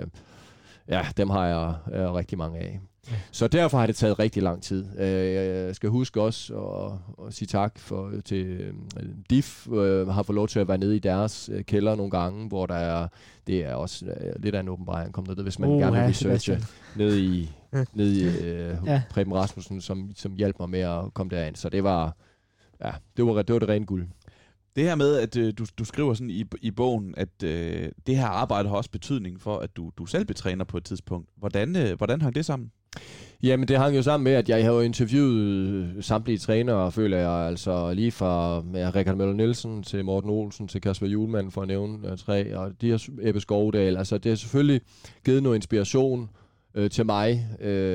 Dem har jeg rigtig mange af. Så derfor har det taget rigtig lang tid. Jeg skal huske også at sige tak til DIF. Har fået lov til at være nede i deres kælder nogle gange, hvor det er også lidt af en åbenbaring, kom der, hvis man gerne vil researche nede i Preben Rasmussen, som hjalp mig med at komme derind. Så det var det rene guld. Det her med, at du skriver sådan i bogen, at det her arbejde har også betydning for, at du selv betræner på et tidspunkt. Hvordan hang det sammen? Jamen, det hang jo sammen med, at jeg havde interviewet samtlige trænere, føler jeg, altså lige fra Richard Møller Nielsen til Morten Olsen til Kasper Hjulmand, for at nævne 3, og de her Ebbe Skovdal. Altså, det har selvfølgelig givet noget inspiration til mig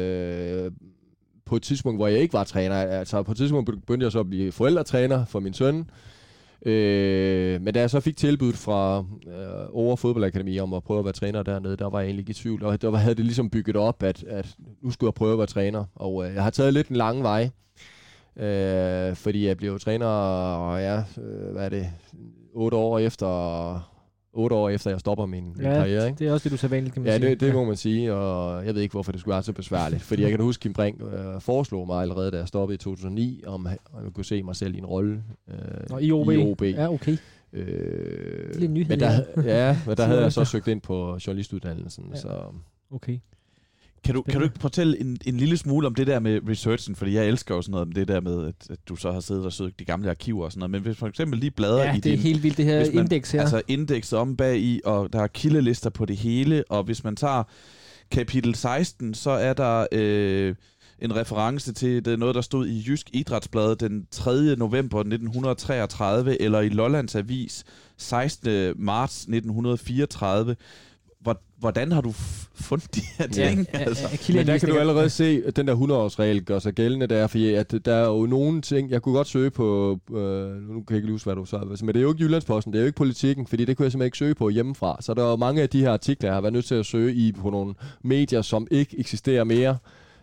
på et tidspunkt, hvor jeg ikke var træner. Altså, på et tidspunkt begyndte jeg så at blive forældretræner for min søn. Men da jeg så fik tilbuddet fra Aarhus Fodboldakademi om at prøve at være træner dernede, der var jeg egentlig ikke i tvivl, og der havde det ligesom bygget op, at nu skulle jeg prøve at være træner, og jeg har taget lidt en lang vej, fordi jeg blev træner, og 8 år efter jeg stopper min karriere. Ikke? Det er også det, du sædvanligt, kan man sige. Ja, det må man sige, og jeg ved ikke, hvorfor det skulle være så besværligt. Fordi jeg kan huske, Kim Brink foreslog mig allerede, da jeg stoppede i 2009, om jeg kunne se mig selv i en rolle i OB. Ja, okay. Det er en nyhed. Men der havde jeg så søgt ind på journalistuddannelsen. Ja. Så. Okay. Kan du ikke fortælle en lille smule om det der med researchen? Fordi jeg elsker jo sådan noget med det der med, at du så har siddet og søgt de gamle arkiver og sådan noget. Men hvis for eksempel lige bladrer i det er helt vildt, det her indeks her. Altså indekset om bag i, og der er kildelister på det hele. Og hvis man tager kapitel 16, så er der en reference til det noget, der stod i Jysk Idrætsblad den 3. november 1933, eller i Lollands Avis 16. marts 1934. Hvordan har du fundet de her ting? Men der kan du allerede se, at den der 100-årsregel gør sig gældende der, fordi at der er jo nogle ting, jeg kunne godt søge på, nu kan jeg ikke huske, hvad du sagde, men det er jo ikke Jyllandsposten, det er jo ikke Politikken, fordi det kunne jeg simpelthen ikke søge på hjemmefra. Så der er jo mange af de her artikler, jeg har været nødt til at søge på nogle medier, som ikke eksisterer mere.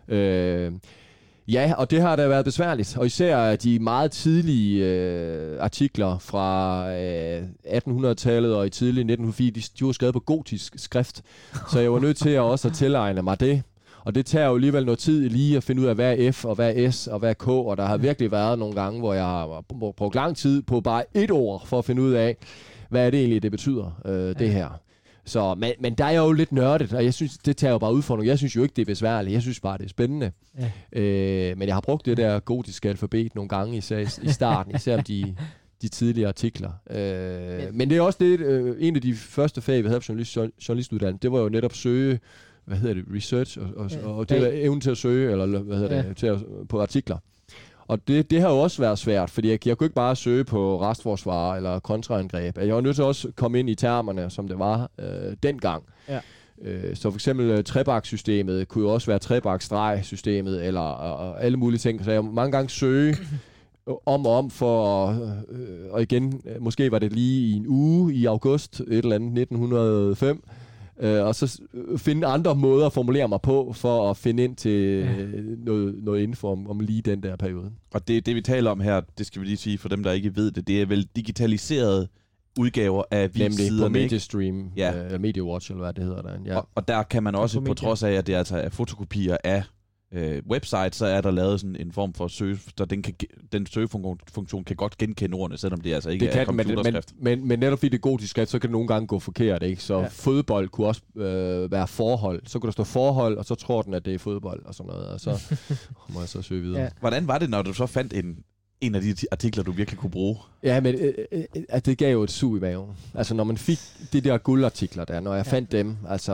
Ja, og det har da været besværligt, og især de meget tidlige artikler fra 1800-tallet og i tidlig 1904, de var skrevet på gotisk skrift, så jeg var nødt til også at tilegne mig det. Og det tager jo alligevel noget tid lige at finde ud af, hvad er F, og hvad er S, og hvad er K, og der har virkelig været nogle gange, hvor jeg har brugt lang tid på bare et ord for at finde ud af, hvad er det egentlig, det betyder, det her. Så, men der er jo lidt nørdet, og jeg synes, det tager jo bare udfordring. Jeg synes jo ikke, det er besværligt. Jeg synes bare, det er spændende. Ja. Men jeg har brugt det der gotiske alfabet nogle gange i starten, især om de tidlige artikler. Men det er også det, en af de første fag, vi havde på journalistuddannelsen, det var jo netop søge, research, og det var evnen til at søge, eller på artikler. Og det har jo også været svært, fordi jeg kunne ikke bare søge på restforsvar eller kontraangreb. Jeg var nødt til også at komme ind i termerne, som det var dengang. Ja. Så for eksempel trebakssystemet kunne jo også være trebakstreg-systemet, eller alle mulige ting. Så jeg mange gange søge om for, og igen, måske var det lige i en uge i august, et eller andet 1905, og så finde andre måder at formulere mig på, for at finde ind til noget info om lige den der periode. Og det vi taler om her, det skal vi lige sige for dem, der ikke ved det, det er vel digitaliserede udgaver af avissiderne. Nemlig på Mediestream, eller MediaWatch, eller hvad det hedder der. Ja. Og der kan man også, på trods af, at det altså er fotokopier af website, så er der lavet sådan en form for søge, så den søgefunktion kan godt genkende ordene, selvom det altså ikke er computerskrift. Men netop fordi det er gotisk skrift, så kan det nogle gange gå forkert, ikke? Så fodbold kunne også være forhold. Så kunne der stå forhold, og så tror den, at det er fodbold og sådan noget, og så må jeg så søge videre. Ja. Hvordan var det, når du så fandt en af de artikler, du virkelig kunne bruge? Ja, men at det gav jo et sug i maven. Altså, når man fik de der guldartikler der, når jeg fandt dem, altså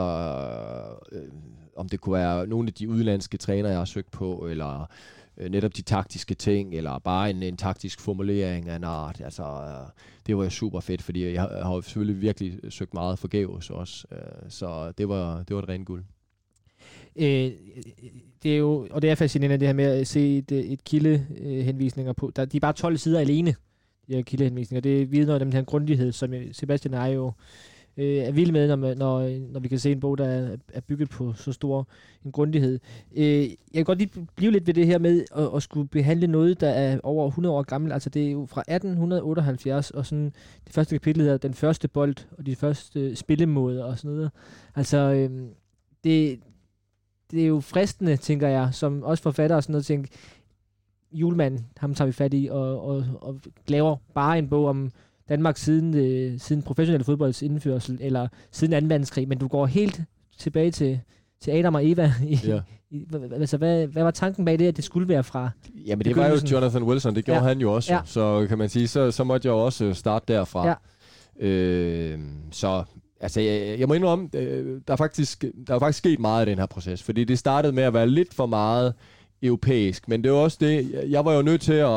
om det kunne være nogle af de udenlandske trænere, jeg har søgt på, eller netop de taktiske ting, eller bare en taktisk formulering af en art. Altså, det var jo super fedt, fordi jeg har jo selvfølgelig virkelig søgt meget forgæves også. Så det var et rent guld. Det er jo, og det er fascinerende det her med at se et kildehenvisninger på. De er bare 12 sider alene, de her kildehenvisninger. Det vidner om den her grundighed, som Sebastian og jeg jo er vild med, når vi kan se en bog, der er bygget på så stor en grundighed. Jeg kan godt lige blive lidt ved det her med at skulle behandle noget, der er over 100 år gammelt. Altså det er jo fra 1878, og sådan det første kapitel hedder Den første bold, og de første spillemåder og sådan noget. Altså det er jo fristende, tænker jeg, som også forfatter og sådan noget, tænker, Julemanden, ham tager vi fat i, og laver bare en bog om Danmark siden professionelle fodbolds indførsel, eller siden 2. verdenskrig, men du går helt tilbage til Adam og Eva. Altså, hvad var tanken bag det, at det skulle være fra? Jamen, det var jo Jonathan Wilson, det gjorde han jo også. Ja. Så kan man sige, så måtte jeg jo også starte derfra. Ja. Så altså, jeg må indrømme, der er faktisk sket meget i den her proces, fordi det startede med at være lidt for meget europæisk, men det var også det, jeg var jo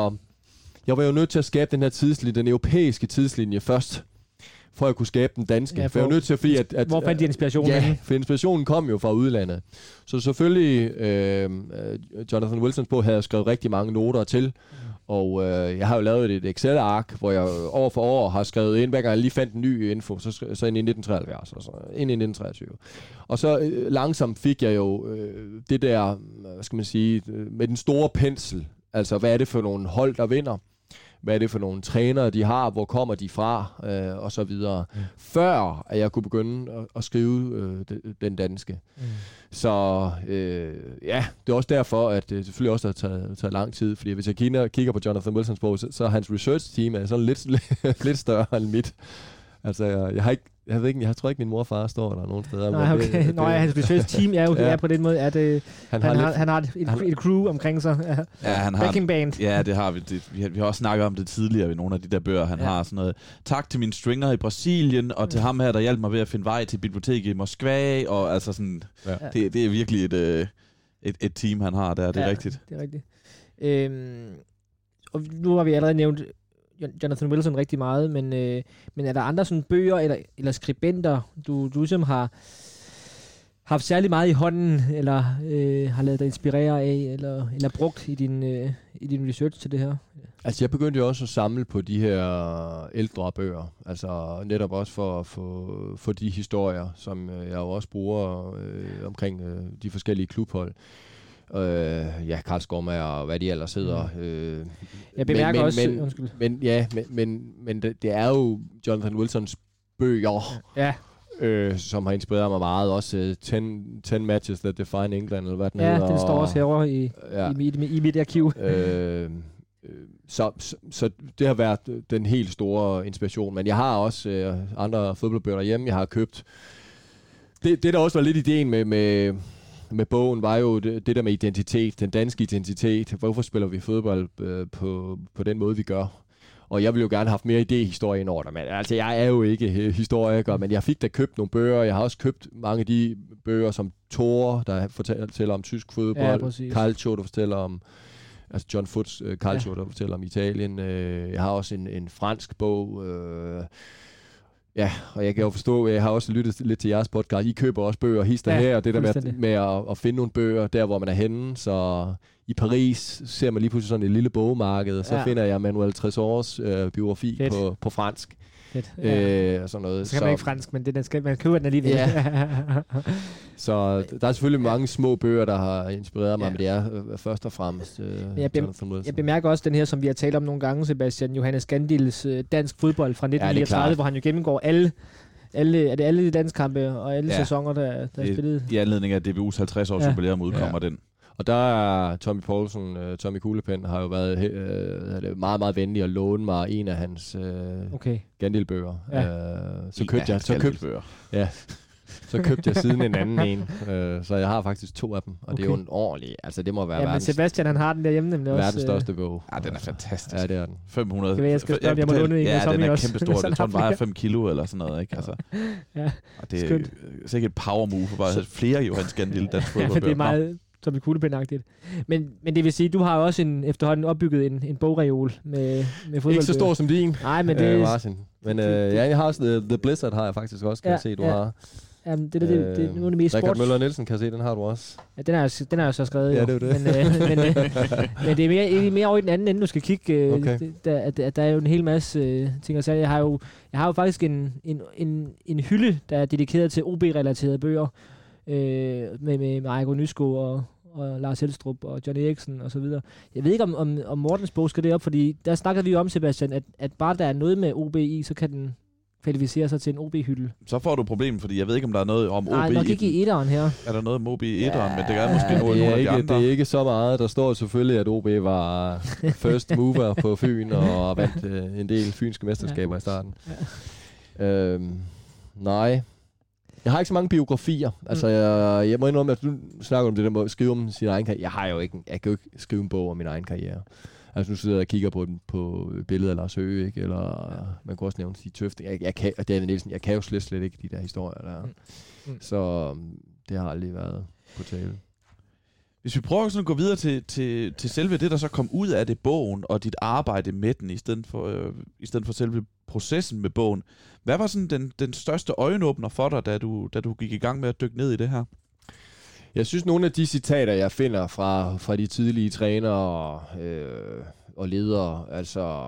nødt til at skabe den europæiske tidslinje først, for at kunne skabe den danske. For jeg var nødt til at hvor fandt de inspirationen? Ja, for inspirationen kom jo fra udlandet. Så selvfølgelig, Jonathan Wilsons bog havde jeg skrevet rigtig mange noter til, og jeg har jo lavet et Excel-ark, hvor jeg år for år har skrevet ind, hver gang jeg lige fandt en ny info, så ind i 1973, og så ind i 1923. Og så langsomt fik jeg jo det der, hvad skal man sige, med den store pensel. Altså, hvad er det for nogle hold, der vinder? Hvad er det for nogle trænere, de har? Hvor kommer de fra? Og så videre. Før at jeg kunne begynde at skrive den danske. Så ja, det er også derfor, at det selvfølgelig også har taget lang tid. Fordi hvis jeg kigger på Jonathan Wilsons bog, så hans research team er sådan lidt større end mit. Altså, jeg tror ikke, min mor og far står der nogen steder. Nej, okay. Hans research team er jo er på den måde, at han har et crew omkring sig. Ja, han har backing band. Ja, det har vi. Vi har også snakket om det tidligere i nogle af de der bøger. Han har sådan noget. Tak til min stringer i Brasilien, og til ham her, der hjalp mig ved at finde vej til biblioteket i Moskva, og altså sådan, det er virkelig et team, han har der. Det er rigtigt. Det er rigtigt. Og nu har vi allerede nævnt Jonathan Wilson rigtig meget, men er der andre sådan bøger eller skribenter, du ligesom har haft særlig meget i hånden, eller har ladet dig inspirere af, eller brugt i din research til det her? Altså, jeg begyndte jo også at samle på de her ældre bøger. Altså, netop også for de historier, som jeg jo også bruger omkring de forskellige klubhold. Karl Skorma og hvad de ellers hedder. Jeg bemærker også... Men det er jo Jonathan Wilsons bøger, som har inspireret mig meget. Også 10 Matches That Define England, eller hvad den hedder. Ja, den står også herovre i mit arkiv. Så det har været den helt store inspiration. Men jeg har også andre fodboldbøger derhjemme. Jeg har købt... Det der også var lidt ideen med bogen, var jo det der med identitet, den danske identitet. Hvorfor spiller vi fodbold på den måde, vi gør? Og jeg ville jo gerne have haft mere idéhistorie ind over det. Men altså, jeg er jo ikke historiker, men jeg fik da købt nogle bøger. Jeg har også købt mange af de bøger, som Thor, der fortæller om tysk fodbold. Calcio, der fortæller om... Altså John Foots Calcio, der fortæller om Italien. Jeg har også en fransk bog... og jeg kan jo forstå, jeg har også lyttet lidt til jeres podcast. I køber også bøger, hister her, og det der med at finde nogle bøger der, hvor man er henne. Så i Paris ser man lige pludselig sådan et lille bogmarked, og så finder jeg Manuel Tresors biografi på fransk. Og sådan noget. Så kan man ikke fransk, men man køber den alligevel. Ja. Så der er selvfølgelig mange små bøger, der har inspireret mig, men det er først og fremmest jeg bemærker også den her, som vi har talt om nogle gange, Sebastian, Johannes Gandils dansk fodbold fra 1939, hvor han jo gennemgår alle de landskampe og alle sæsoner, der er spillet. I anledning af DBU's 50 års jubilæum udkommer den. Og der er Tommy Poulsen, Tommy Kuglepen, har jo været meget, meget venlig at låne mig en af hans Gandil-bøger. Så købte jeg siden en anden en. Så jeg har faktisk 2 af dem, og det er jo en ordentlig... Altså, det må være men Sebastian, han har den derhjemme nemlig også. Verdens største bog. Ja, den er fantastisk. Ja, det er den. 500. Det jeg skal spørge, jeg må låne en af Tommy den er også. kæmpestor. Jeg tror, den vejer 5 kilo eller sådan noget, ikke? Altså. Og det er sikkert et power move for bare at have flere Johannes Gandil dansk fodboldbøger. Ja, det er meget... som er kuglepindagtigt. Men det vil sige, du har også efterhånden opbygget en bogreol med fodbold. Ikke så stor som din. Nej, men det... Martin. Men jeg har også The Blizzard, har jeg faktisk også, kan jeg se, du har. Jamen, det er nu det mest Richard Møller Nielsen, kan jeg se, den har du også. Ja, den er jo så skrevet. Ja, det er det. Men det er mere over i den anden ende, du skal kigge. Okay. Der er jo en hel masse ting at sige. Jeg har jo faktisk en hylde, der er dedikeret til OB-relaterede bøger. Med Ejko Nysko og Lars Helstrup og Johnny Eriksen og så videre. Jeg ved ikke, om Mortens bog skal det op, fordi der snakker vi jo om, Sebastian, at bare der er noget med OB i, så kan den kvalificere sig til en OB-hylde. Så får du problem, fordi jeg ved ikke, om der er noget om OB. Nej, nok ikke i etteren her. Er der noget om OB i etteren, men det er måske nogle af de andre. Det er ikke så meget. Der står selvfølgelig, at OB var first mover på Fyn og vandt en del fynske mesterskaber i starten. Ja. Nej. Jeg har ikke så mange biografier. Altså, jeg må indrømme, at du snakker om det der med at skrive om sin egen karriere. Jeg kan jo ikke skrive en bog om min egen karriere. Altså, nu sidder jeg og kigger på billedet af Lars Høgh, ikke? Eller man kan også nævne Stig Tøfting. Og David Nielsen, jeg kan jo slet ikke de der historier der. Så det har aldrig været på tale. Hvis vi prøver sådan at gå videre til selve det, der så kom ud af det, bogen, og dit arbejde med den, i stedet for selve processen med bogen. Hvad var sådan den største øjenåbner for dig, da du gik i gang med at dykke ned i det her? Jeg synes, nogle af de citater, jeg finder fra de tidlige trænere og ledere, altså,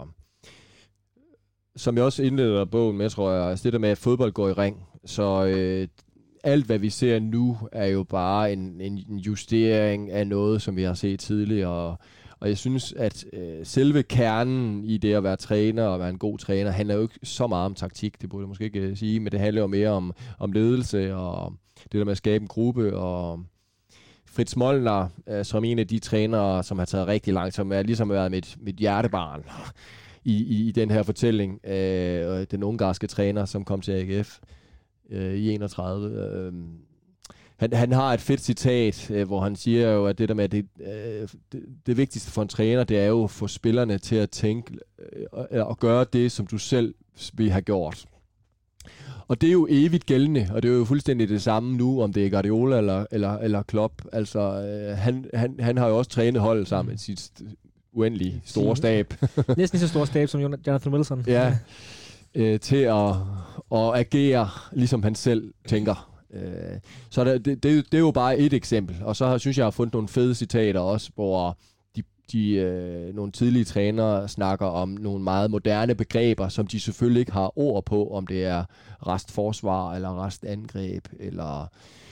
som jeg også indleder bogen med, tror jeg, altså det der med, at fodbold går i ring. Så alt, hvad vi ser nu, er jo bare en justering af noget, som vi har set tidligere. Og jeg synes, at selve kernen i det at være træner og være en god træner, handler jo ikke så meget om taktik, det burde jeg måske ikke sige, men det handler jo mere om ledelse og det der med at skabe en gruppe. Og Fritz Mollner, som en af de trænere, som har taget rigtig langt, som er ligesom været mit hjertebarn i den her fortælling, den ungarske træner, som kom til AGF i 31. Han har et fedt citat, hvor han siger jo, at det der med, det vigtigste for en træner, det er jo at få spillerne til at tænke og gøre det, som du selv vil have gjort. Og det er jo evigt gældende, og det er jo fuldstændig det samme nu, om det er Guardiola eller Klopp. Altså, han har jo også trænet holdet sammen med sit uendelig store stab. Næsten så stor stab som Jonathan Wilson. Ja, til at agere, ligesom han selv tænker. Så det er jo bare et eksempel. Og så synes jeg, har fundet nogle fede citater også, hvor nogle tidlige trænere snakker om nogle meget moderne begreber, som de selvfølgelig ikke har ord på, om det er restforsvar eller restangreb, eller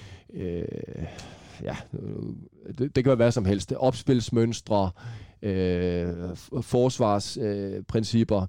det kan være hvad som helst. Opspilsmønstre, forsvarsprincipper.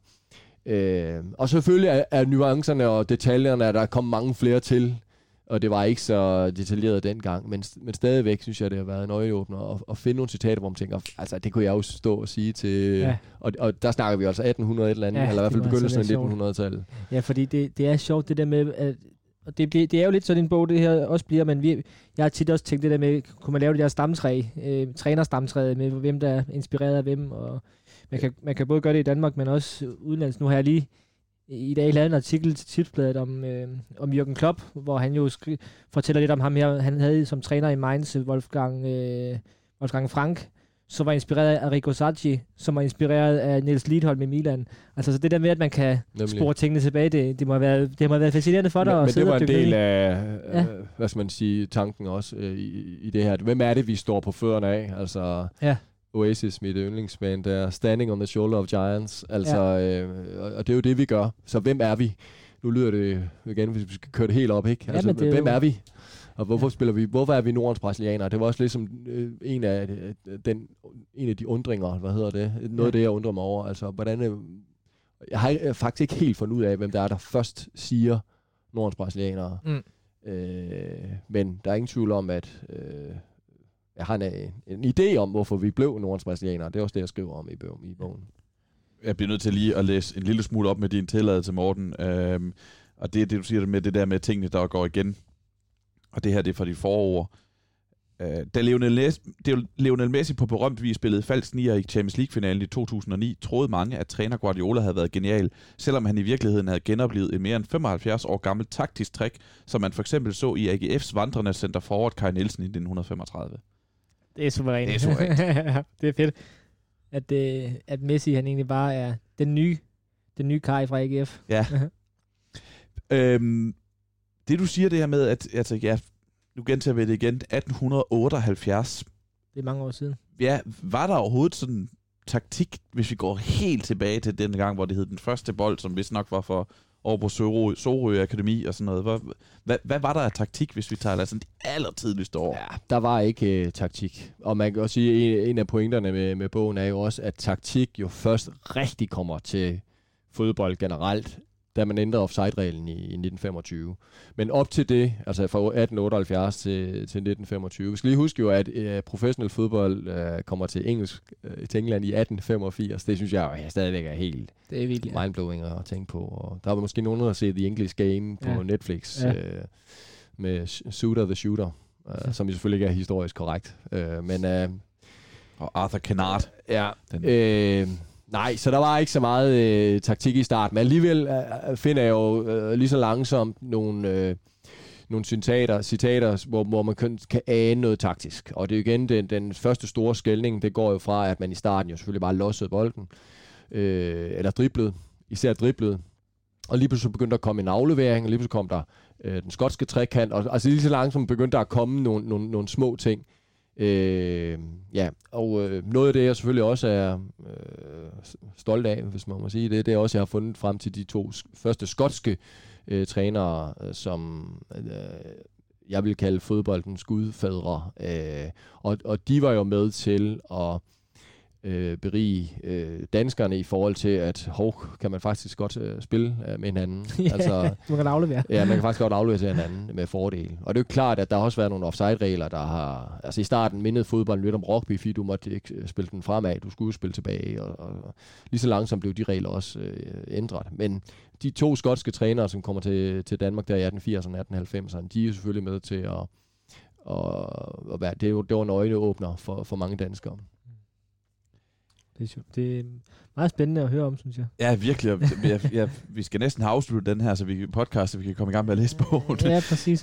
Og selvfølgelig er nuancerne og detaljerne, at der kommet mange flere til, og det var ikke så detaljeret dengang, men stadigvæk synes jeg, det har været en øjeåbner at finde nogle citater, hvor man tænker, altså det kunne jeg jo stå og sige til, og der snakker vi altså 1800 et eller andet, eller i hvert fald begyndelsen af 1900-tallet. Ja, fordi det er sjovt det der med, at og det er jo lidt sådan en bog, det her også bliver, men jeg har tit også tænkt det der med, kunne man lave det der stamtræ, trænerstamtræ med, hvem der er inspireret af hvem, og man kan både gøre det i Danmark, men også udenlands. Nu har jeg lige i dag lavet en artikel til Tipsbladet om Jürgen Klopp, hvor han jo fortæller lidt om ham her. Han havde som træner i Mainz Wolfgang Frank, som var inspireret af Arrigo Sacchi, som var inspireret af Niels Lidholm i Milan. Altså så det der med, at man kan spore tingene tilbage, det må have været fascinerende for dig. Men det var en del af, hvad skal man sige, tanken også i det her. Hvem er det, vi står på fødderne af? Altså Oasis, mit yndlingsband, der Standing on the Shoulder of Giants. Altså, og det er jo det, vi gør. Så hvem er vi? Nu lyder det igen, hvis vi skal køre det helt op, ikke? Altså, hvem er vi? Og hvorfor spiller vi? Hvorfor er vi Nordens brasilianere? Det var også ligesom en af de undringer, hvad hedder det? Noget af det, jeg undrer mig over. Altså, hvordan... Jeg har faktisk ikke helt fundet ud af, hvem der først siger Nordens brasilianere. Men der er ingen tvivl om, at jeg har en idé om, hvorfor vi blev Nordens brasilianere. Det er også det, jeg skriver om i bogen. Jeg bliver nødt til lige at læse en lille smule op med din tilladelse, Morten. Og det er det, du siger med det der med tingene, der går igen. Og det her, det er fra de forår. Da Lionel Messi på berømt vis spillede falsk nier i Champions League-finalen i 2009, troede mange, at træner Guardiola havde været genial, selvom han i virkeligheden havde genoplevet et mere end 75 år gammelt taktisk trick, som man for eksempel så i AGF's vandrende center forward Kai Nielsen i 1935. Det er suverænt. Det er fedt, at Messi han egentlig bare er den nye Kai fra AGF. Ja. Det du siger det her med, at altså, nu gentager vi det igen, 1878. Det er mange år siden. Ja, var der overhovedet sådan taktik, hvis vi går helt tilbage til den gang, hvor det hed den første bold, som vist nok var for over på Sorø Akademi og sådan noget. Hvad var der af taktik, hvis vi tager sådan de allertidligste år? Ja, der var ikke taktik. Og man kan også sige, en af pointerne med bogen er jo også, at taktik jo først rigtig kommer til fodbold generelt, da man ændrede offside-reglen i 1925. Men op til det, altså fra 1878 til 1925, vi skal lige huske jo, at professionel fodbold kommer til England i 1885. Det synes jeg stadigvæk er helt mindblowing at tænke på. Og der var måske nogen, der har set The English Game på Netflix med Shooter the Shooter, som jo selvfølgelig ikke er historisk korrekt. Og Arthur Kennard. Ja. Nej, så der var ikke så meget taktik i starten, men alligevel finder jeg jo lige så langsomt nogle citater, hvor man kan ane noget taktisk. Og det er jo igen den første store skelning, det går jo fra, at man i starten jo selvfølgelig bare lossede bolden, eller driblede, især driblede. Og lige pludselig begyndte der at komme en aflevering, og lige pludselig kom der den skotske trekant, og altså lige så langsomt begyndte der at komme nogle små ting. Noget af det, jeg selvfølgelig også er stolt af, hvis man må sige det er også, jeg har fundet frem til de to første skotske trænere, som jeg vil kalde fodboldens gudfædre. Og de var jo med til at berige danskerne i forhold til, at kan man faktisk godt spille med hinanden. Altså, man kan aflevere. Ja, man kan faktisk godt aflevere til hinanden med fordel. Og det er jo klart, at der har også været nogle offside-regler, der har... Altså i starten mindede fodbolden lidt om rugby, fordi du måtte ikke spille den fremad, du skulle spille tilbage, og lige så langsomt blev de regler også ændret. Men de to skotske trænere, som kommer til Danmark der i 1880'erne og 1890'erne, de er jo selvfølgelig med til at være... Det var en øjneåbner for mange danskere. Det er sjovt. Det er meget spændende at høre om, synes jeg. Ja, virkelig. Vi skal næsten have afsluttet den her, så vi kan komme i gang med at læse bogen. Ja, præcis.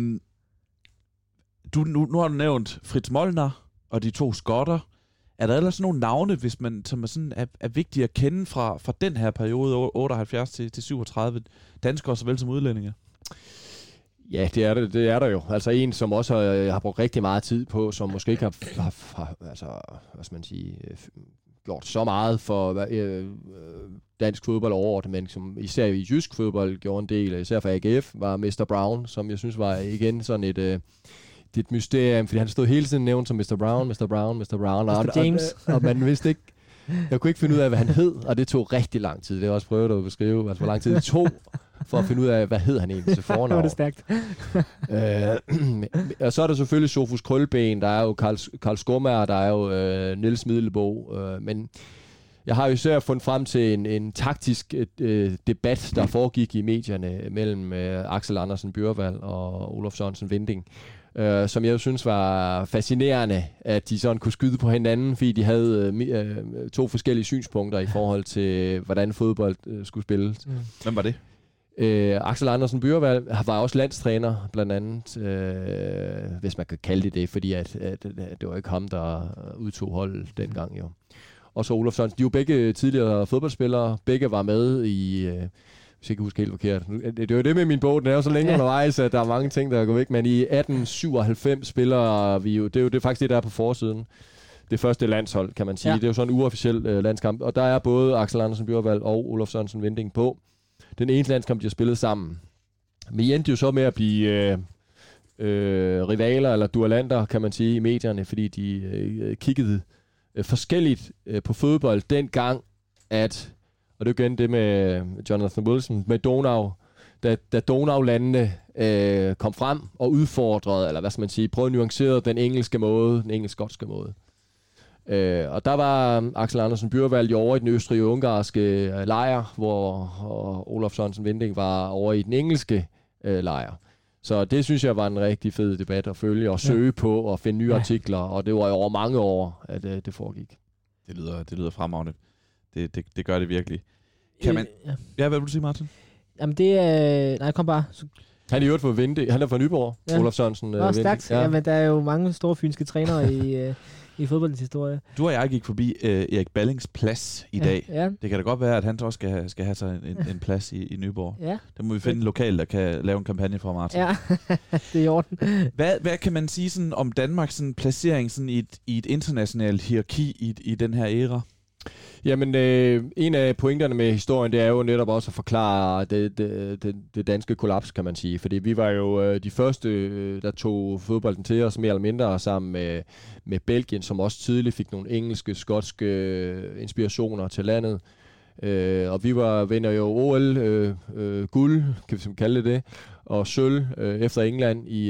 Nu har du nævnt Fritz Mollner og de 2 skotter. Er der ellers nogle navne, hvis man, som er, sådan, er vigtige at kende fra den her periode, 78 til 37, danskere såvel som udlændinge? Ja, det er der jo. Altså en, som også har brugt rigtig meget tid på, som måske ikke har altså, hvad skal man sige, gjort så meget for dansk fodbold overordnet, men som især i jysk fodbold gjorde en del, især for AGF, var Mr. Brown, som jeg synes var igen sådan et mysterium, fordi han stod hele tiden nævnt som Mr. Brown, Mr. Brown, Mr. Brown. Mr. James. Og man vidste ikke, jeg kunne ikke finde ud af, hvad han hed, og det tog rigtig lang tid. Det har jeg også prøvet at beskrive, altså hvor lang tid det tog, for at finde ud af, hvad hed han egentlig til fornavn. Det var det stærkt. Og så er der selvfølgelig Sofus Krølben, der er jo Karl Skummer, der er jo Niels Middelbo, men jeg har jo især fundet frem til en taktisk debat, der foregik i medierne mellem Axel Andersen Bjørvald og Olof Sørensen Vinding, som jeg jo synes var fascinerende, at de sådan kunne skyde på hinanden, fordi de havde 2 forskellige synspunkter i forhold til, hvordan fodbold skulle spilles. Hvem var det? Axel Andersen Bjørvald var også landstræner, blandt andet, hvis man kan kalde det, fordi at det var ikke ham, der udtog holdet dengang jo. Og så Olof Sørensen. De er jo begge tidligere fodboldspillere. Begge var med i, hvis jeg ikke husker helt forkert. Det er jo det med min bog, den er jo så længe undervejs, at der er mange ting, der går væk. Men i 1897 spiller vi jo, det er faktisk det, der er på forsiden. Det første landshold, kan man sige. Ja. Det er jo sådan en uofficiel landskamp. Og der er både Axel Andersen Bjørvald og Olof Sørensen Vinding på. Den ene landskamp, de har spillet sammen. Men I endte jo så med at blive rivaler eller duellanter, kan man sige, i medierne, fordi de kiggede forskelligt på fodbold dengang, at, og det er igen det med Jonathan Wilson, med Donau, da Donau-landene kom frem og udfordrede, eller hvad skal man sige, prøvede at nuancere den engelske måde, den engelsk-skotske måde. Og der var Axel Andersen Bjørvald over i den østrig-ungarske lejr, hvor Olof Sørensen Vinding var over i den engelske lejr. Så det synes jeg var en rigtig fed debat at følge og søge på og finde nye artikler, og det var over mange år, at det foregik. Det lyder fremragende. Det gør det virkelig. Kan man... Ja, hvad vil du sige, Martin? Jamen det er... Nej, kom bare. Han er i øvrigt fra Vinding. Han er fra Nyborg, Olof Sørensen Vinding. Stærkt. Ja. Jamen, der er jo mange store fynske trænere i fodboldens historie. Du og jeg gik forbi Erik Ballings plads i dag. Ja. Det kan da godt være, at han også skal have sig en plads i Nyborg. Ja. Der må vi finde en lokal, der kan lave en kampagne for Martin. Ja, det er i orden. Hvad kan man sige sådan om Danmarks sådan placering sådan i et internationalt hierarki i den her æra? Jamen, en af pointerne med historien, det er jo netop også at forklare det danske kollaps, kan man sige. Fordi vi var jo de første, der tog fodbolden til os mere eller mindre sammen med Belgien, som også tidligt fik nogle engelske, skotske inspirationer til landet. Og vi vinder jo OL guld, kan vi kalde det, og sølv efter England i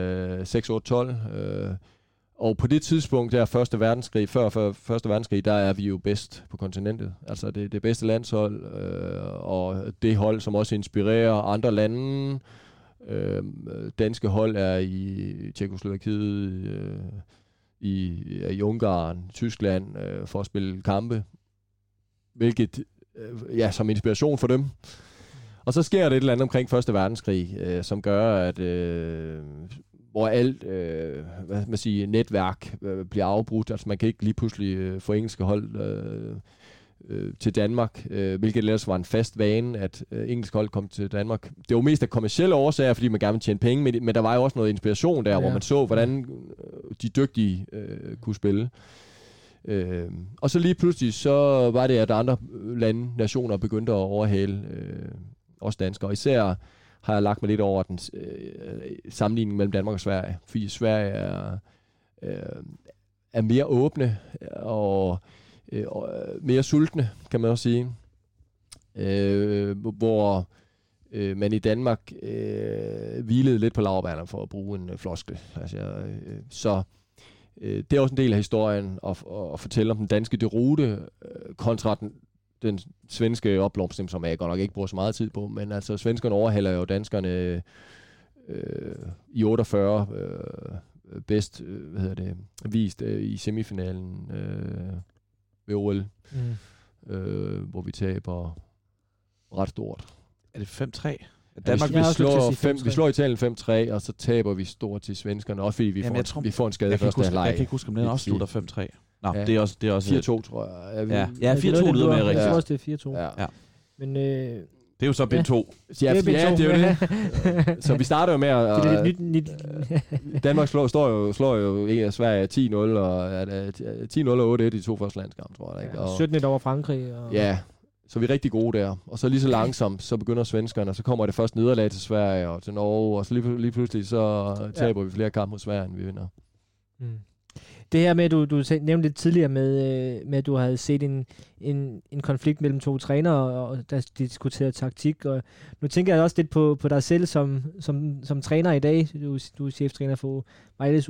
6-8-12. Og på det tidspunkt, der Første Verdenskrig, før Første Verdenskrig, der er vi jo bedst på kontinentet. Altså det bedste landshold, og det hold, som også inspirerer andre lande. Danske hold er i Tjekkoslovakiet, i Ungarn, Tyskland, for at spille kampe. Hvilket, som inspiration for dem. Og så sker det et eller andet omkring Første Verdenskrig, som gør, at... hvor alt netværk bliver afbrudt. Altså man kan ikke lige pludselig få engelske hold til Danmark, hvilket ellers var en fast vane, at engelske hold kom til Danmark. Det var mest af kommercielle årsager, fordi man gerne ville tjene penge, men der var jo også noget inspiration der, hvor man så, hvordan de dygtige kunne spille. Og så lige pludselig, så var det, at andre nationer begyndte at overhale også danskere. Især har jeg lagt mig lidt over den sammenligning mellem Danmark og Sverige. Fordi Sverige er mere åbne og mere sultne, kan man også sige. Hvor man i Danmark hvilede lidt på laurbærrene, for at bruge en floskel. Så det er også en del af historien at fortælle om den danske deroute kontra den svenske opblomstring, som jeg godt nok ikke bruger så meget tid på, men altså svenskerne overhælder jo danskerne i 48 bedst vist i semifinalen ved OL, hvor vi taber ret stort. Er det 5-3? Danmark, vi slår Italien 5-3, og så taber vi stort til svenskerne, også fordi vi får en skade første halvleg. Jeg kan ikke huske, om den også slutter 5-3. Nå, ja. det er også 4-2, tror jeg. Ja, 4-2 lyder mere rigtigt. Jeg tror også, det er 4-2. Ja. Men, det er jo så bind 2. Ja, det er jo det. Så vi starter jo med at... Det er lidt nyt. Danmark slår jo Sverige 10-0, og 10-0 og 8-1 i 2 første landskampe, tror jeg. Ikke? Og 17-1 over Frankrig. Og... Ja, så vi er rigtig gode der. Og så lige så langsomt, så begynder svenskerne, og så kommer det først nederlag til Sverige og til Norge, og så lige pludselig så taber vi flere kampe mod Sverige, end vi vinder. Det her med, du nævnte lidt tidligere med, at du havde set en konflikt mellem 2 trænere, og der diskuterede taktik, og nu tænker jeg også lidt på dig selv som træner i dag. Du er cheftræner for Vejles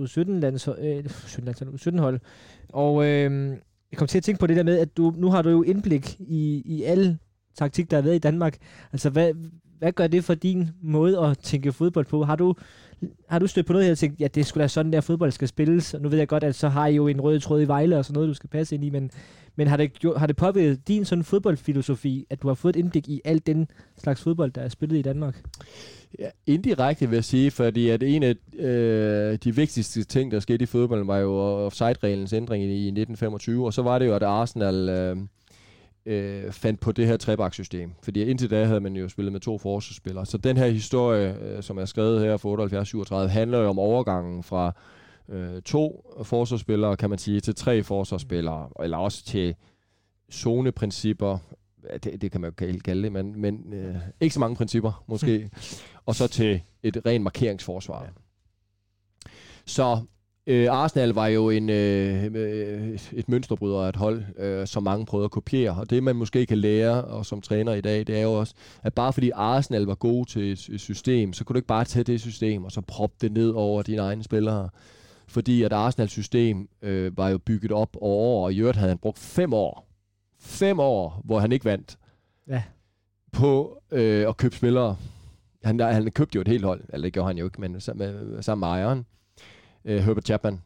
U17-hold, og jeg kom til at tænke på det der med, at nu har du jo indblik i alle taktik, der har været i Danmark. Altså, hvad gør det for din måde at tænke fodbold på? Har du stødt på noget her og tænkt, ja, det skulle da sådan, der fodbold skal spilles? Og nu ved jeg godt, at så har I jo en rød tråd i Vejle og sådan noget, du skal passe ind i, men har det påvirket din sådan fodboldfilosofi, at du har fået et indblik i alt den slags fodbold, der er spillet i Danmark? Ja, indirekte vil jeg sige, fordi at en af de vigtigste ting, der skete i fodbolden, var jo offside-reglens ændring i 1925, og så var det jo, at Arsenal fandt på det her trebaksystem. Fordi indtil da havde man jo spillet med 2 forsvarsspillere. Så den her historie, som er skrevet her for 78-37, handler jo om overgangen fra 2 forsvarsspillere, kan man sige, til 3 forsvarsspillere, eller også til zoneprincipper. Det kan man jo kalde det, men ikke så mange principper, måske. Og så til et rent markeringsforsvar. Ja. Så Arsenal var jo et mønsterbryder af et hold, som mange prøvede at kopiere. Og det, man måske kan lære, og som træner i dag, det er jo også, at bare fordi Arsenal var gode til et system, så kunne du ikke bare tage det system, og så proppe det ned over dine egne spillere. Fordi at Arsenals system var jo bygget op over år, og i øvrigt havde han brugt 5 år, hvor han ikke vandt, på at købe spillere. Han købte jo et helt hold, eller det gjorde han jo ikke, men sammen med ejeren, Herbert Chapman.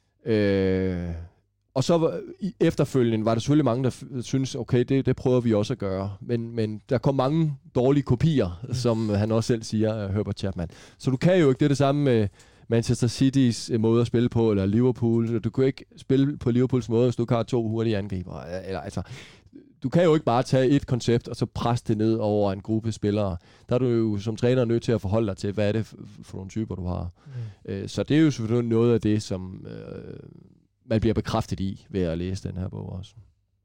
Og så efterfølgende var der selvfølgelig mange, der synes, okay, det prøver vi også at gøre. Men der kom mange dårlige kopier, som han også selv siger, Herbert Chapman. Så du kan jo ikke, det er det samme med Manchester City's måde at spille på, eller Liverpool. Du kan ikke spille på Liverpools måde, hvis du ikke har 2 hurtige angriber. Eller, altså, du kan jo ikke bare tage et koncept, og så presse det ned over en gruppe spillere. Der er du jo som træner nødt til at forholde dig til, hvad er det for nogle typer, du har. Så det er jo selvfølgelig noget af det, som man bliver bekræftet i, ved at læse den her bog også.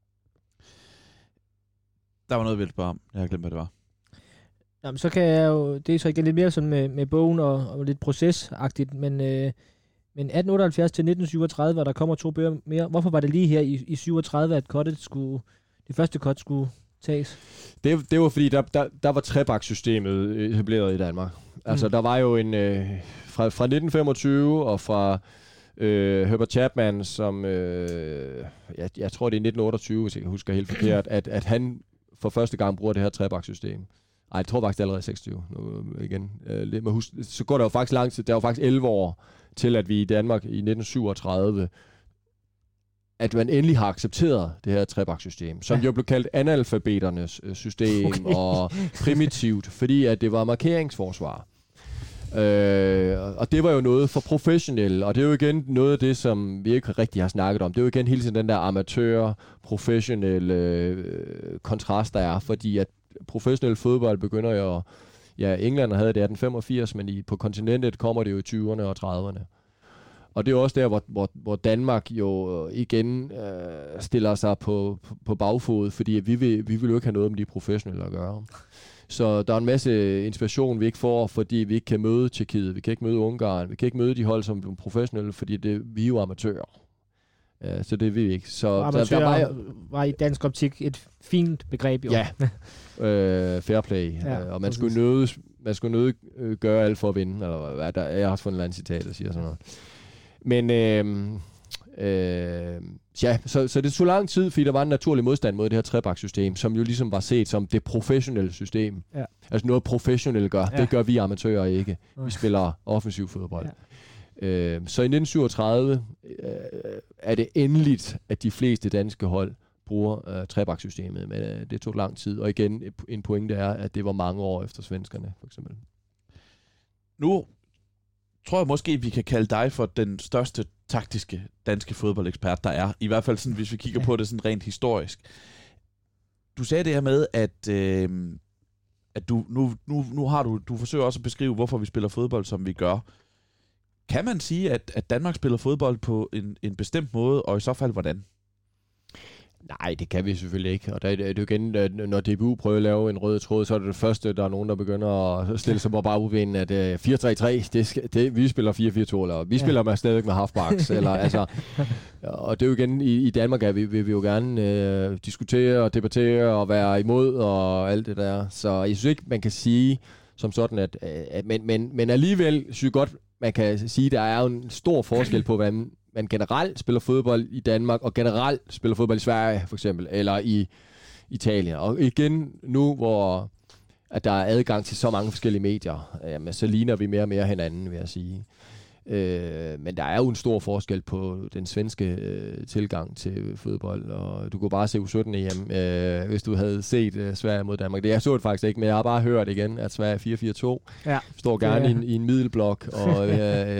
Der var noget vildt på ham. Jeg har glemt, hvad det var. Jamen, så kan jeg jo, det er så ikke lidt mere sådan med bogen og lidt procesagtigt, men 1878 til 1937, hvor der kommer 2 bøger mere. Hvorfor var det lige her i 37, at det første cut skulle tages? Det var fordi, der var trebakssystemet etableret i Danmark. Altså, der var jo fra 1925 og fra Herbert Chapman, som jeg tror det er 1928, hvis jeg kan huske helt forkert, at han for første gang bruger det her trebakssystem. Ej, jeg tror faktisk det er allerede 26 nu igen. Så går der jo faktisk lang tid. Der er jo faktisk 11 år til, at vi i Danmark i 1937, at man endelig har accepteret det her trebakssystem, som jo blev kaldt analfabeternes system og primitivt, fordi at det var markeringsforsvar. Og det var jo noget for professionelle, og det er jo igen noget af det, som vi ikke rigtig har snakket om. Det er jo igen hele tiden den der amatør-professionelle kontrast, der er, fordi at professionel fodbold begynder jo, England havde det 1885, men på kontinentet kommer det jo i 20'erne og 30'erne. Og det er også der, hvor Danmark jo igen stiller sig på bagfod, fordi vi vil jo ikke have noget med de professionelle at gøre. Så der er en masse inspiration, vi ikke får, fordi vi ikke kan møde Tjekkiet, vi kan ikke møde Ungarn, vi kan ikke møde de hold som professionelle, fordi vi er jo amatører. Så det vil vi ikke. Så amatører var i dansk optik et fint begreb jo. Ja, fair play. Og man skulle nøde gøre alt for at vinde. Eller hvad der, jeg har også fundet et citat, der siger sådan noget. Men så det tog lang tid, fordi der var en naturlig modstand mod det her trebakssystem, som jo ligesom var set som det professionelle system. Ja. Altså noget professionelle gør. Ja. Det gør vi amatører ikke. Vi spiller offensiv fodbold. Ja. Så i 1937 er det endeligt, at de fleste danske hold bruger trebakssystemet, men det tog lang tid. Og igen, en pointe er, at det var mange år efter svenskerne, for eksempel. Nu tror jeg måske, vi kan kalde dig for den største taktiske danske fodboldekspert, der er. I hvert fald sådan, hvis vi kigger på det sådan rent historisk. Du sagde det her med, at du forsøger også at beskrive, hvorfor vi spiller fodbold, som vi gør. Kan man sige, at Danmark spiller fodbold på en bestemt måde, og i så fald hvordan? Nej, det kan vi selvfølgelig ikke. Og der er det jo igen, når DBU prøver at lave en rød tråd, så er det første, der er nogen, der begynder at stille sig på bagben, at 4-3-3, vi spiller 4-4-2, eller vi spiller stadigvæk med halfbacks. Eller, altså, og det er jo igen, i Danmark vil vi jo gerne diskutere og debattere og være imod og alt det der. Så jeg synes ikke, man kan sige som sådan, men alligevel synes jeg godt, man kan sige, at der er jo en stor forskel på, hvad man generelt spiller fodbold i Danmark, og generelt spiller fodbold i Sverige, for eksempel, eller i Italien. Og igen, nu hvor at der er adgang til så mange forskellige medier, jamen, så ligner vi mere og mere hinanden, vil jeg sige. Men der er jo en stor forskel på den svenske tilgang til fodbold, og du kunne bare se U17-EM, hvis du havde set Sverige mod Danmark. Det jeg så det faktisk ikke, men jeg har bare hørt igen, at Sverige 4-4-2 står gerne i en middelblok, og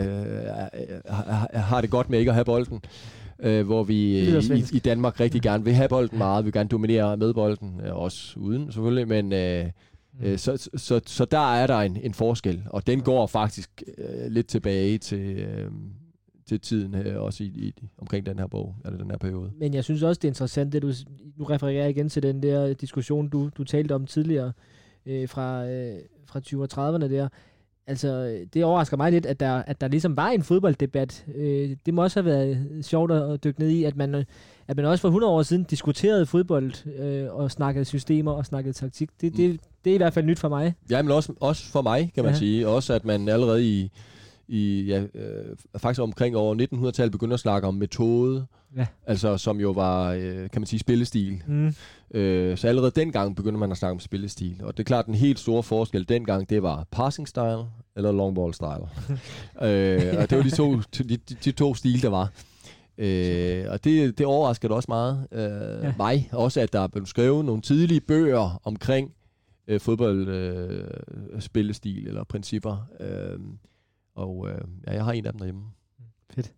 har det godt med ikke at have bolden. Hvor vi i Danmark rigtig gerne vil have bolden meget, vi vil gerne dominere med bolden, også uden selvfølgelig, men så der er der en forskel, og den går faktisk lidt tilbage til tiden også omkring den her bog, eller den her periode. Men jeg synes også, det er interessant, det du refererer igen til den der diskussion, du talte om tidligere, fra 20'erne og 30'erne der. Altså, det overrasker mig lidt, at der ligesom var en fodbolddebat. Det må også have været sjovt at dykke ned i, at man også for 100 år siden diskuterede fodbold og snakkede systemer og snakkede taktik. Det er i hvert fald nyt for mig. Ja, men også for mig, kan man sige. Også at man allerede faktisk omkring over 1900-tallet begynder at snakke om metode, altså som jo var, kan man sige, spillestil. Så allerede dengang begynder man at snakke om spillestil. Og det er klart, den helt store forskel dengang, det var passing style eller long ball style. Og det var de to stile, der var. Og det overraskede også meget mig. Også at der er blevet skrevet nogle tidlige bøger omkring fodboldspillestil eller principper. Og jeg har en af dem derhjemme. Fedt.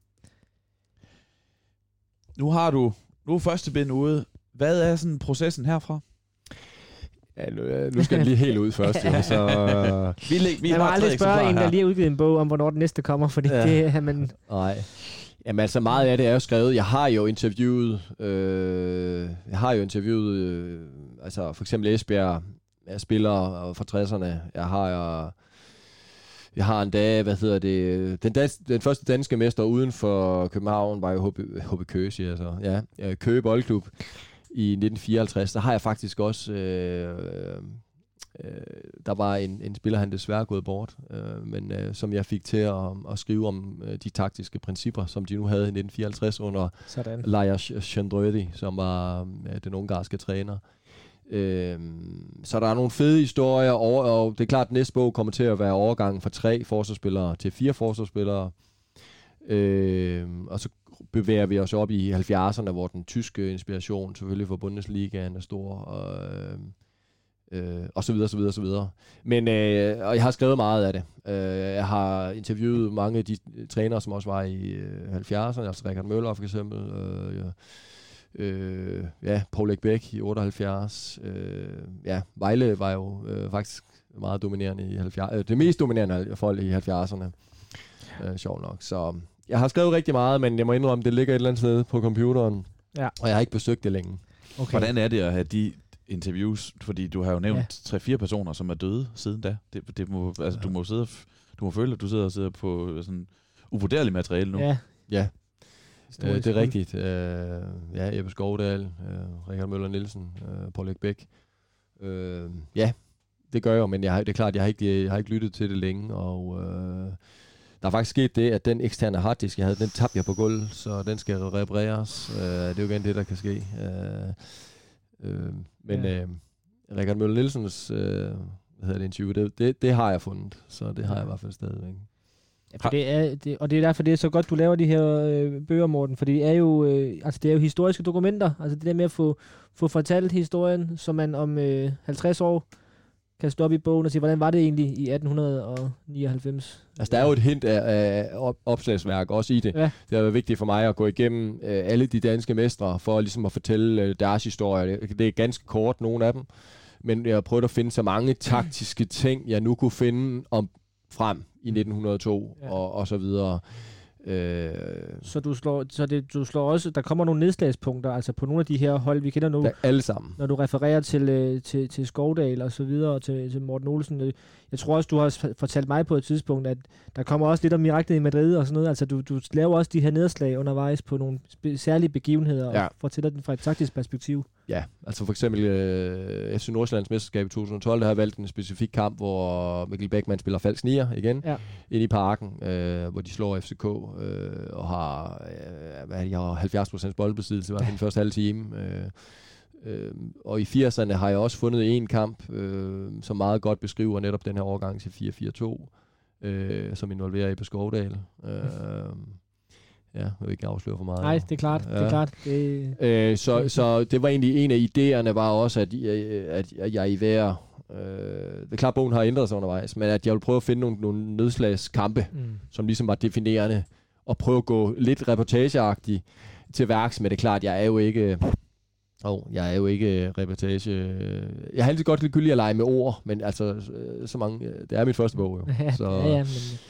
Nu er første bind ude. Hvad er sådan processen herfra? Ja, nu skal den lige helt ud først. Jo, så vi har aldrig spørge en, der lige har udgivet en bog om, hvornår den næste kommer, fordi det er man... Nej. Jamen altså meget af det er jo skrevet. Jeg har jo interviewet, altså for eksempel Esbjerg, jeg spiller fra 60'erne. Jeg har en dag, den første danske mester uden for København var jo HB Køge, siger jeg så. Ja, Køge Boldklub i 1954. Der har jeg faktisk også, der var en spiller, han desværre gået bort, men som jeg fik til at skrive om de taktiske principper, som de nu havde i 1954 under Lajos Shandrödi, som var den ungarske træner. Så der er nogle fede historier, og det er klart, at næste bog kommer til at være overgangen fra 3 forsvarsspillere til 4 forsvarsspillere. Og så bevæger vi os op i 70'erne, hvor den tyske inspiration selvfølgelig for Bundesligaen er stor, og så videre, så videre, så videre. Men og jeg har skrevet meget af det. Jeg har interviewet mange af de trænere, som også var i 70'erne, altså Richard Møller for eksempel, Paul Ekbæk i 78. Vejle var jo faktisk meget dominerende i 70'erne. Det mest dominerende folk i 70'erne. Sjovt nok. Så jeg har skrevet rigtig meget, men jeg må indrømme, det ligger et eller andet sted på computeren. Ja. Og jeg har ikke besøgt det længe. Okay. Hvordan er det at have de interviews? Fordi du har jo nævnt 3-4 personer, som er døde siden da. Det må, altså, du må føle, at du sidder på sådan uvurderligt materiale nu. Ja. Det er rigtigt. Ebbe Skovdal, Richard Møller Nielsen, Paul Ekbæk. Det gør jeg, men det er klart, jeg har ikke lyttet til det længe, og der er faktisk sket det, at den eksterne harddisk, jeg havde, den tabte jeg på gulvet, så den skal repareres. Det er jo igen det, der kan ske. Richard Møller Nielsens interview, det har jeg fundet, så det har jeg i hvert fald stadigvæk. Ja, og det er derfor, det er så godt, du laver de her bøger, Morten, for det er jo, det er jo historiske dokumenter. Altså det der med at få fortalt historien, så man om 50 år kan stå op i bogen og sige, hvordan var det egentlig i 1899? Altså, der er jo et hint af opslagsværk også i det. Ja. Det har været vigtigt for mig at gå igennem alle de danske mestre, for ligesom at fortælle deres historie. Det er ganske kort, nogle af dem. Men jeg har prøvet at finde så mange taktiske ting, jeg nu kunne finde frem i 1902 og så videre. Så du slår også, der kommer nogle nedslagspunkter, altså på nogle af de her hold, vi kender nu. Alle sammen. Når du refererer til Skovdal og så videre, og til Morten Olsen. Jeg tror også, du har fortalt mig på et tidspunkt, at der kommer også lidt om miraklet i Madrid og sådan noget. Altså du laver også de her nedslag undervejs på nogle særlige begivenheder, og fortæller den fra et taktisk perspektiv. Ja, altså for eksempel FC Nordsjællands mesterskab i 2012, der har valgt en specifik kamp, hvor Mikkel Bækman spiller falsk nier igen, ind i Parken, hvor de slår FCK, og har, de har 70% boldbesiddelse, i hvert fald den første halve time. Og i 80'erne har jeg også fundet en kamp, som meget godt beskriver netop den her overgang til 4-4-2, som involverer Ebbe Skovdal. Ja, jeg vil ikke afsløre for meget. Nej, det er klart. Ja. Det er klart. Så det var egentlig en af idéerne, var også, at jeg i hver... det er klart, bogen har ændret sig undervejs, men at jeg vil prøve at finde nogle nedslagskampe, som ligesom var definerende, og prøve at gå lidt reportageagtigt til værks, men det er klart, jeg er jo ikke reportage... Jeg har altid godt lidt gyldig at lege med ord, men altså, så mange... Det er mit første bog, jo. Så, men...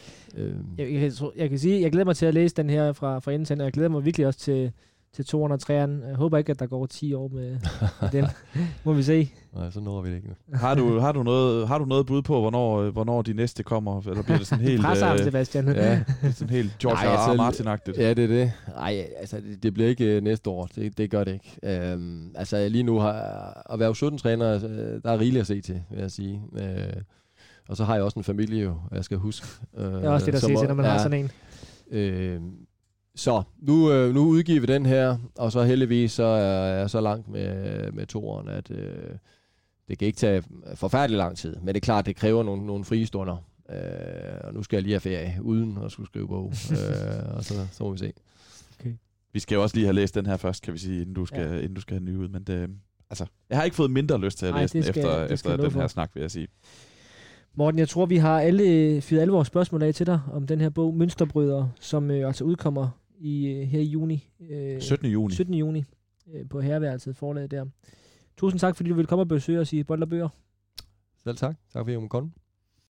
Jeg kan sige, jeg glæder mig til at læse den her fra enden, og jeg glæder mig virkelig også til 203'eren. Jeg håber ikke, at der går 10 år med den. Må vi se. Nej, så når vi det ikke. Har du noget bud på, hvornår de næste kommer? Eller bliver det sådan helt... Presser Sebastian. Ja, det er sådan helt George R. Martin-agtigt. Ja, det er det. Nej, altså det bliver ikke næste år. Det gør det ikke. Altså lige nu at være 17-træner, der er rigeligt at se til, vil jeg sige. Og så har jeg også en familie, jo, jeg skal huske. Det er også det, der siger til, når man har sådan en. Så nu udgiver vi den her, og så heldigvis så er jeg så langt med toeren, at det kan ikke tage forfærdelig lang tid. Men det er klart, det kræver nogle frie stunder. Og nu skal jeg lige have ferie, uden at skulle skrive bog. Og så må vi se. Okay. Vi skal jo også lige have læst den her først, kan vi sige, inden du skal have den nye ud. Men jeg har ikke fået mindre lyst til at læse den efter den her snak, vil jeg sige. Morten, jeg tror, vi har fyret alle vores spørgsmål af til dig om den her bog, Mønsterbrydere, som altså udkommer her i juni. 17. juni. 17. juni på Herreværelset forlaget der. Tusind tak, fordi du ville komme og besøge os i Bold og Bøger. Selv tak. Tak fordi I måtte komme.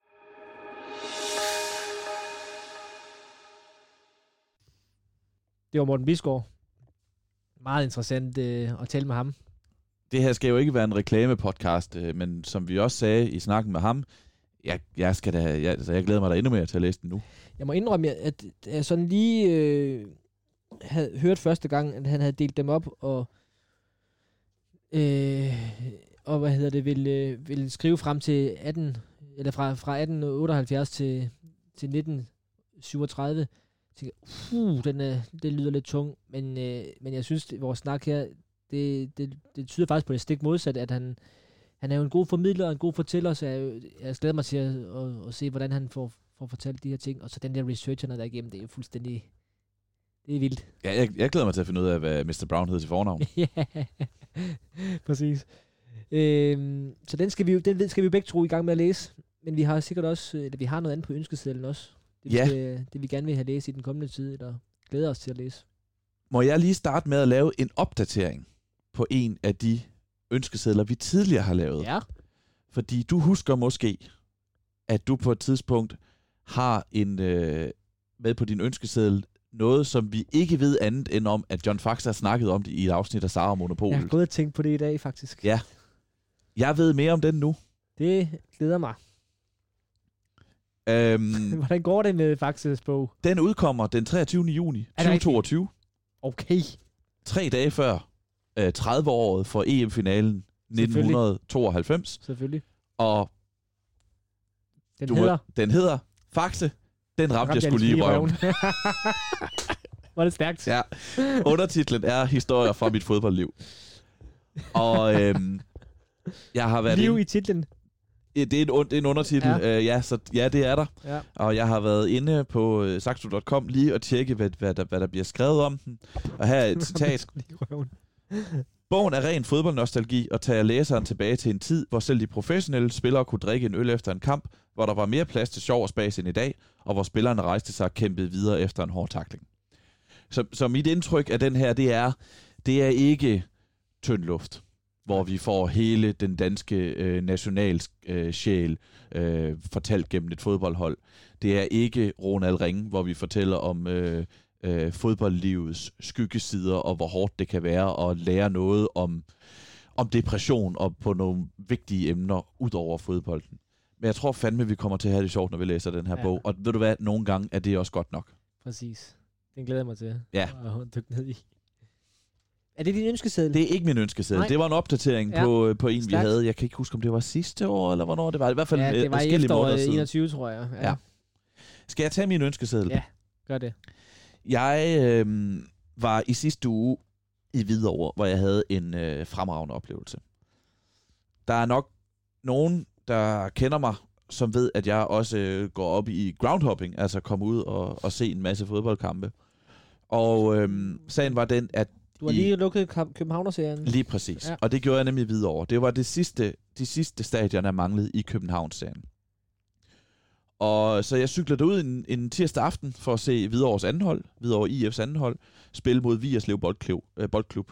Det var Morten Bisgaard. Meget interessant at tale med ham. Det her skal jo ikke være en reklamepodcast, men som vi også sagde i snakken med ham, jeg glæder mig da endnu mere til at læse den nu. Jeg må indrømme, at jeg sådan lige havde hørt første gang, at han havde delt dem op, og ville skrive frem til fra 1878 til 1937. Jeg tænkte, det lyder lidt tung, men jeg synes, at vores snak her, det tyder faktisk på det stik modsat, at han er jo en god formidler og en god fortæller, så jeg glæder mig til at se, hvordan han får fortalt de her ting. Og så den der research, han er der igennem, det er jo fuldstændig... Det er vildt. Ja, jeg glæder mig til at finde ud af, hvad Mr. Brown hedder til fornavn. Ja, præcis. Så den skal vi jo begge to i gang med at læse. Men vi har sikkert også, vi har noget andet på ønskesedlen også. Det vi gerne vil have læst i den kommende tid, eller glæder os til at læse. Må jeg lige starte med at lave en opdatering på en af de ønskesedler, vi tidligere har lavet? Ja. Fordi du husker måske, at du på et tidspunkt har med på din ønskeseddel noget, som vi ikke ved andet end om, at John Fax har snakket om det i et afsnit af Sara Monopolet. Jeg har gået og tænkt på det i dag, faktisk. Ja. Jeg ved mere om den nu. Det glæder mig. Hvordan går det med Fax's bog? Den udkommer den 23. juni 2022. Okay. 3 dage før 30-året for EM-finalen 1992. Selvfølgelig. Og den hedder Faxe. Den ramte jeg skulle lige i røven. Var det stærkt? Ja. Undertitlen er Historier fra mit fodboldliv. Og jeg har været Liv i titlen. Det er en undertitel. Ja. Så det er der. Ja. Og jeg har været inde på saxo.com lige og tjekke, hvad der bliver skrevet om den. Og her er et citat. Bogen er ren fodboldnostalgi og tager læseren tilbage til en tid, hvor selv de professionelle spillere kunne drikke en øl efter en kamp, hvor der var mere plads til sjov og spas end i dag, og hvor spillerne rejste sig og kæmpede videre efter en hård tackling. Så mit indtryk af den her, det er ikke tynd luft, hvor vi får hele den danske nationalsjæl fortalt gennem et fodboldhold. Det er ikke Ronald Ring, hvor vi fortæller om fodboldlivets skyggesider, og hvor hårdt det kan være at lære noget om depression og på nogle vigtige emner ud over fodbolden. Men jeg tror fandme, vi kommer til at have det sjovt, når vi læser den her bog. Og ved du hvad, nogle gange er det også godt nok. Præcis. Den glæder jeg mig til. Ja. At dykke ned i. Er det din ønskeseddel? Det er ikke min ønskeseddel. Det var en opdatering på en, vi havde. Jeg kan ikke huske, om det var sidste år, eller hvornår det var. I hvert fald det var i efteråret 21, tror jeg. Ja. Skal jeg tage min ønskeseddel? Ja, gør det. Jeg var i sidste uge i Hvidovre, hvor jeg havde en fremragende oplevelse. Der er nok nogen, der kender mig, som ved, at jeg også går op i groundhopping, altså komme ud og se en masse fodboldkampe. Og sagen var den, at du har lige lukket Københavner-serien. Lige præcis. Ja. Og det gjorde jeg nemlig Hvidovre. Det var de sidste stadion, der manglede i Københavns-serien. Og så jeg cyklede ud en tirsdag aften for at se Hvidovres anden hold, Hvidovre IF's anden hold, spille mod Vigerslev Boldklub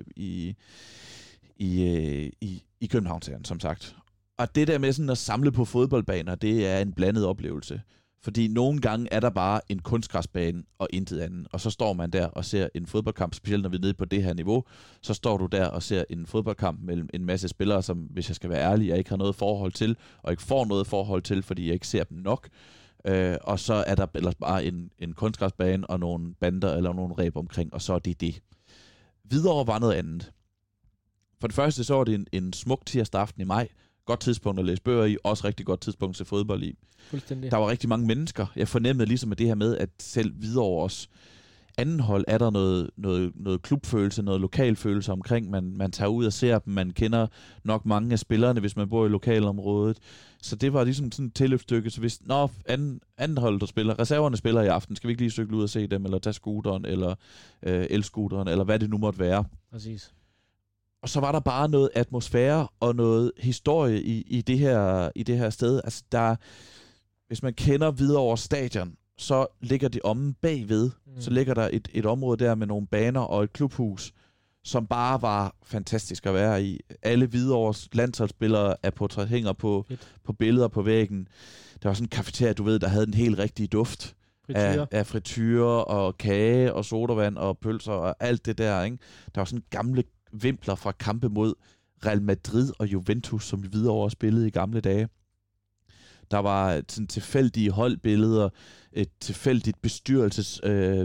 i Københavns-serien, som sagt. Og det der med sådan at samle på fodboldbaner, det er en blandet oplevelse. Fordi nogle gange er der bare en kunstgræsbane og intet andet. Og så står man der og ser en fodboldkamp, specielt når vi er nede på det her niveau. Så står du der og ser en fodboldkamp mellem en masse spillere, som, hvis jeg skal være ærlig, jeg ikke har noget forhold til, og ikke får noget forhold til, fordi jeg ikke ser dem nok. Og så er der ellers bare en kunstgræsbane og nogle bander eller nogle reb omkring, og så er det. Hvidovre var noget andet. For det første så var det en smuk tirsdag aften i maj. Godt tidspunkt at læse bøger i, også rigtig godt tidspunkt til fodbold i. Der var rigtig mange mennesker. Jeg fornemmede ligesom at det her med, at selv Hvidovres anden hold er der noget klubfølelse, noget lokalfølelse omkring. Man tager ud og ser dem, man kender nok mange af spillerne, hvis man bor i lokalområdet. Så det var ligesom sådan et tilløbsstykke. Så hvis anden hold, der spiller, reserverne spiller i aften, skal vi ikke lige cykle ud og se dem, eller tage scooteren, eller elscooteren, eller hvad det nu måtte være. Præcis. Og så var der bare noget atmosfære og noget historie i det her sted. Altså hvis man kender Hvidovre Stadion, så ligger det omme bagved. Så ligger der et område der med nogle baner og et klubhus, som bare var fantastisk at være i. Alle Hvidovres landsholdsspillere hænger på billeder på væggen. Der var sådan en cafeteria, du ved, der havde en helt rigtig duft af frityre og kage og sodavand og pølser og alt det der, ikke? Der var sådan gamle vimpler fra kampe mod Real Madrid og Juventus, som Hvidovre spillede i gamle dage. Der var sådan tilfældige holdbilleder, et tilfældigt bestyrelses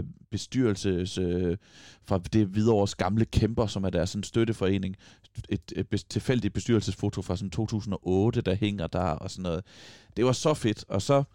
fra det Hvidovres gamle kæmper, som er deres sådan støtteforening. Et tilfældigt bestyrelsesfoto fra sådan 2008, der hænger der og sådan noget. Det var så fedt, og så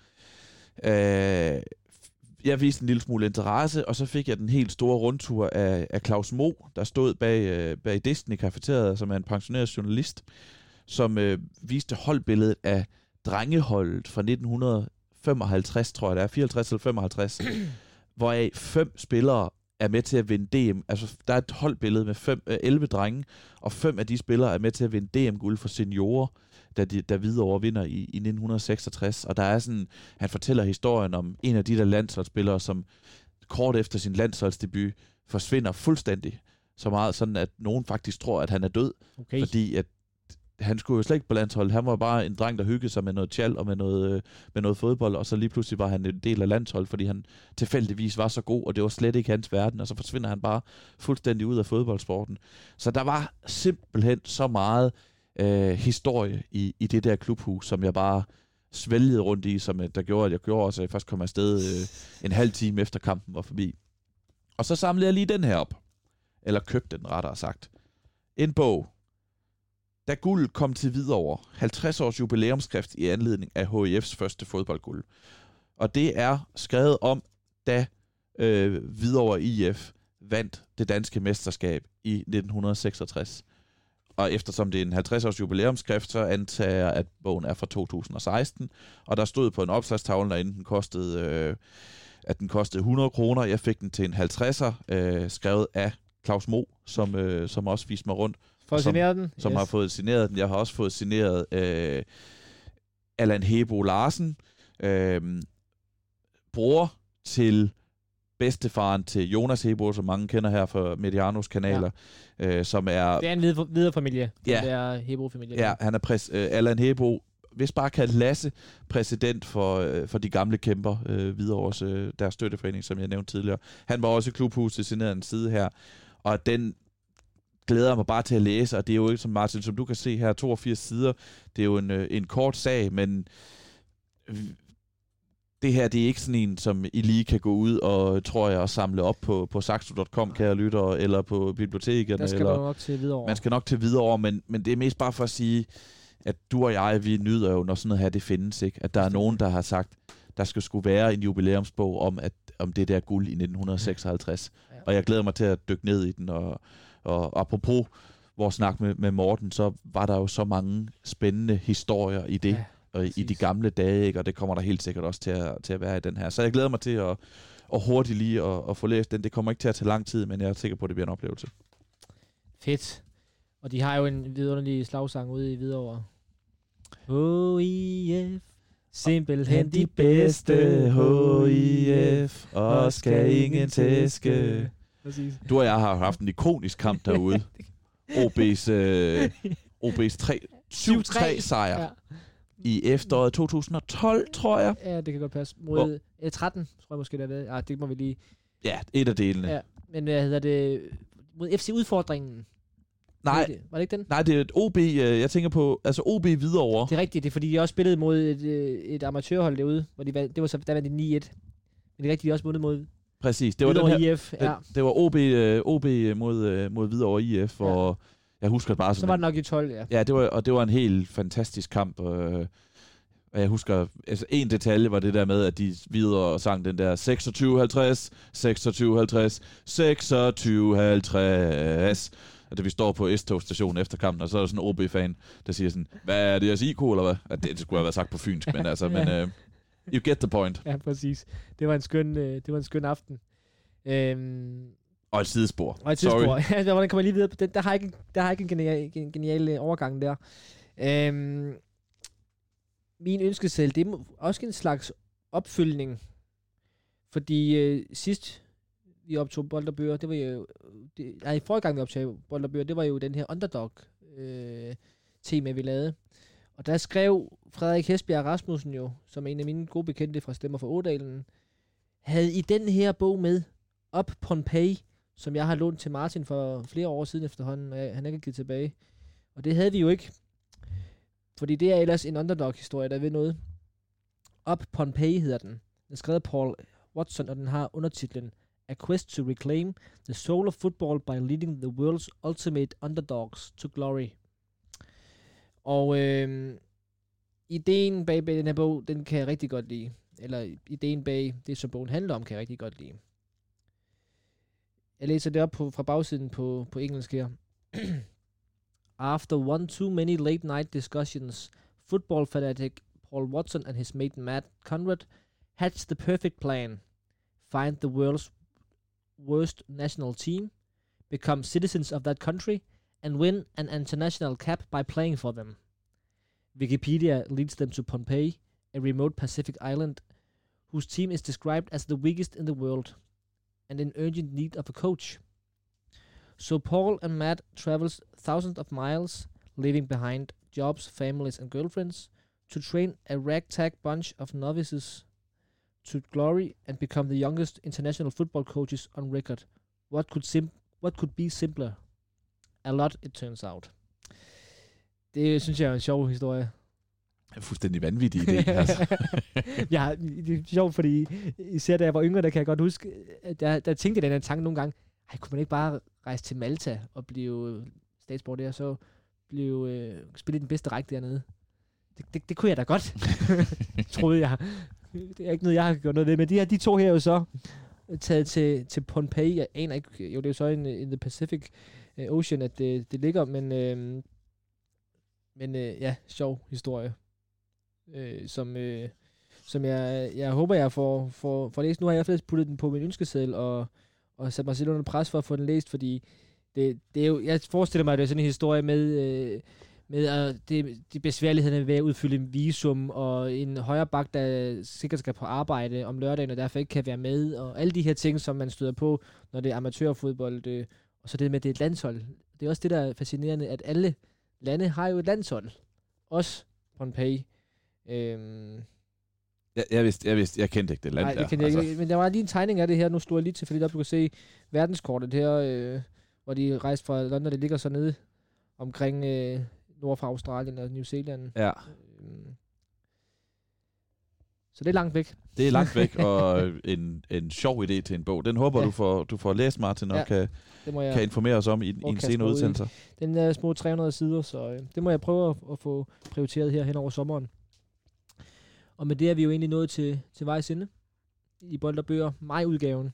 jeg viste en lille smule interesse, og så fik jeg den helt store rundtur af Claus Mo, der stod bag disken i kafeteriet, som er en pensioneret journalist, som viste holdbilledet af drengeholdet fra 1955, tror jeg det er, 54 eller 55, hvoraf 5 spillere er med til at vinde DM. Altså, der er et holdbillede med 11 drenge, og 5 af de spillere er med til at vinde DM-guld for seniorer, da Hvidovre vinder i 1966. Og der er sådan, han fortæller historien om en af de der landsholdsspillere, som kort efter sin landsholdsdebut forsvinder fuldstændig. Så meget sådan, at nogen faktisk tror, at han er død. Okay. Fordi at han skulle jo slet ikke på landsholdet. Han var bare en dreng, der hyggede sig med noget tjal og med noget fodbold, og så lige pludselig var han en del af landsholdet, fordi han tilfældigvis var så god, og det var slet ikke hans verden, og så forsvinder han bare fuldstændig ud af fodboldsporten. Så der var simpelthen så meget historie i det der klubhus, som jeg bare svælgede rundt i, som der gjorde, at jeg gjorde også, at jeg først kom afsted en halv time efter kampen var forbi. Og så samlede jeg lige den her op. Eller købte den, rettere sagt. En bog. Da guld kom til Hvidovre. 50 års jubilæumsskrift i anledning af HIF's første fodboldguld. Og det er skrevet om, da Hvidovre IF vandt det danske mesterskab i 1966. og eftersom det er en 50-års jubilæumsskrift, så antager jeg, at bogen er fra 2016, og der stod på en opslagstavle, at den kostede 100 kroner. Jeg fik den til en 50'er, skrevet af Claus Mo, som også viste mig rundt. Som har fået signeret den. Jeg har også fået signeret Allan Hebo Larsen, bror til bedstefaren til Jonas Hebo, som mange kender her fra Medianos kanaler, som er... Det er en videre familie, ja, det er Hebo-familie. Ja, han er Allan Hebo, hvis bare kaldt Lasse, præsident for de gamle kæmper, Hvidovres, deres støtteforening, som jeg nævnte tidligere. Han var også i klubhuset signeret en side her, og den glæder mig bare til at læse, og det er jo ikke, som Martin, som du kan se her, 82 sider. Det er jo en kort sag, men det her, det er ikke sådan en, som I lige kan gå ud og, tror jeg, og samle op på saxo.com, kære lyttere, eller på bibliotekerne. Der skal man nok til Hvidovre. Man skal nok til Hvidovre, men det er mest bare for at sige, at du og jeg, vi nyder jo, når sådan noget her, det findes, ikke? At der er nogen, der har sagt, der skal skulle være en jubilæumsbog om det der guld i 1956. Ja. Og jeg glæder mig til at dykke ned i den, og apropos vores snak med Morten, så var der jo så mange spændende historier i det, og i de gamle dage, ikke? Og det kommer der helt sikkert også til at være i den her. Så jeg glæder mig til at hurtigt lige at få læst den. Det kommer ikke til at tage lang tid, men jeg er sikker på, at det bliver en oplevelse. Fedt. Og de har jo en vidunderlig slagsang ude i Hvidovre. HIF, simpelthen de bedste. HIF, og skal ingen tæske. Du og jeg har haft en ikonisk kamp derude. OB's 7-3 sejr i efteråret 2012, tror jeg. Ja, det kan godt passe. Mod 13, tror jeg måske, det er det. Ja, det må vi lige... Ja, et af delene. Ja, men hvad hedder det? Mod FC-udfordringen. Nej, var det ikke den? Nej, det er et OB, jeg tænker på, altså OB Hvidovre. Det er rigtigt, det er fordi, de også spillede mod et amatørhold derude, hvor det var så, der var det 9-1. Men det er rigtigt, de også vundet mod... Præcis, det var Hvidovre den her, IF, ja. Det var OB mod Hvidovre IF, og jeg husker bare... Så var det nok i 12, ja. Ja, det var en helt fantastisk kamp, og jeg husker, altså en detalje var det der med, at de videre sang den der 26-50, og det vi står på S-togstationen efter kampen, og så er der sådan en OB-fan, der siger sådan, hvad er det, jeres IK, eller hvad? At det skulle have været sagt på fynsk, men altså, you get the point. Ja, præcis. Det var en skøn aften. Og et sidespor. Sorry. Ja, hvordan kommer jeg lige videre på den? Der har ikke en genial overgang der. Min ønskeseddel, det er også en slags opfølgning. Fordi sidst vi optog Bold og Bøger, det var jo... forrige gang vi optog Bold og Bøger, det var jo den her underdog-tema, vi lavede. Og der skrev Frederik Hesbjerg Rasmussen jo, som en af mine gode bekendte fra Stemmer for Ådalen, havde i den her bog med Up Pompeii, som jeg har lånt til Martin for flere år siden efterhånden, og han er ikke givet tilbage. Og det havde vi jo ikke. Fordi det er ellers en underdog-historie, der ved noget. Up Pompeii hedder den. Den er skrevet af Paul Watson, og den har undertitlen A Quest to Reclaim the Soul of Football by Leading the World's Ultimate Underdogs to Glory. Og ideen bag den her bog, den kan jeg rigtig godt lide. Eller ideen bag det, som bogen handler om, kan jeg rigtig godt lide. Jeg læser det op fra bagsiden på engelsk her. After one too many late night discussions, football fanatic Paul Watson and his mate Matt Conrad hatched the perfect plan. Find the world's worst national team, become citizens of that country, and win an international cap by playing for them. Wikipedia leads them to Pompeii, a remote Pacific island, whose team is described as the weakest in the world, and in urgent need of a coach. So Paul and Matt travels thousands of miles, leaving behind jobs, families, and girlfriends, to train a ragtag bunch of novices to glory and become the youngest international football coaches on record. What could be simpler? A lot, it turns out. Det synes jeg er en sjov historie. Fuldstændig vanvittig idé. Altså. Ja, det er sjovt, fordi især da jeg var yngre, der kan jeg godt huske, at der tænkte jeg den her tanke nogle gange, kunne man ikke bare rejse til Malta og blive statsborger der, så spille den bedste række dernede? Det kunne jeg da godt, troede jeg. Det er ikke noget, jeg har gjort noget ved, men de to her jo så taget til Pompeii. Jeg aner ikke, jo det er jo så in the Pacific Ocean, at det ligger, men ja, sjov historie, som jeg håber, jeg får læst. Nu har jeg i hvert fald puttet den på min ønskeseddel, og sat mig selv under pres for at få den læst, fordi det er jo, jeg forestiller mig, at det er sådan en historie med de besværligheder ved at udfylde en visum, og en højre bak, der sikkert skal på arbejde om lørdagen, og derfor ikke kan være med, og alle de her ting, som man støder på, når det er amatørfodbold, og så det med, at det er et landshold. Det er også det, der er fascinerende, at alle lande har jo et landshold. Også Pompeii. Jeg kendte ikke det land. Nej, det kendte jeg ikke. Men der var lige en tegning af det her. Nu stod jeg lige tilfældigt op, du kan se verdenskortet her, hvor de rejste fra London, det ligger så nede omkring nord for Australien og New Zealand. Ja. Så det er langt væk. Det er langt væk, og en sjov idé til en bog. Den håber du får læst, Martin, og kan informere os om i en senere udsendelse. Den er små 300 sider, så det må jeg prøve at få prioriteret her hen over sommeren. Og med det er vi jo egentlig nået til vejs ende i Bold og Bøger, maj-udgaven.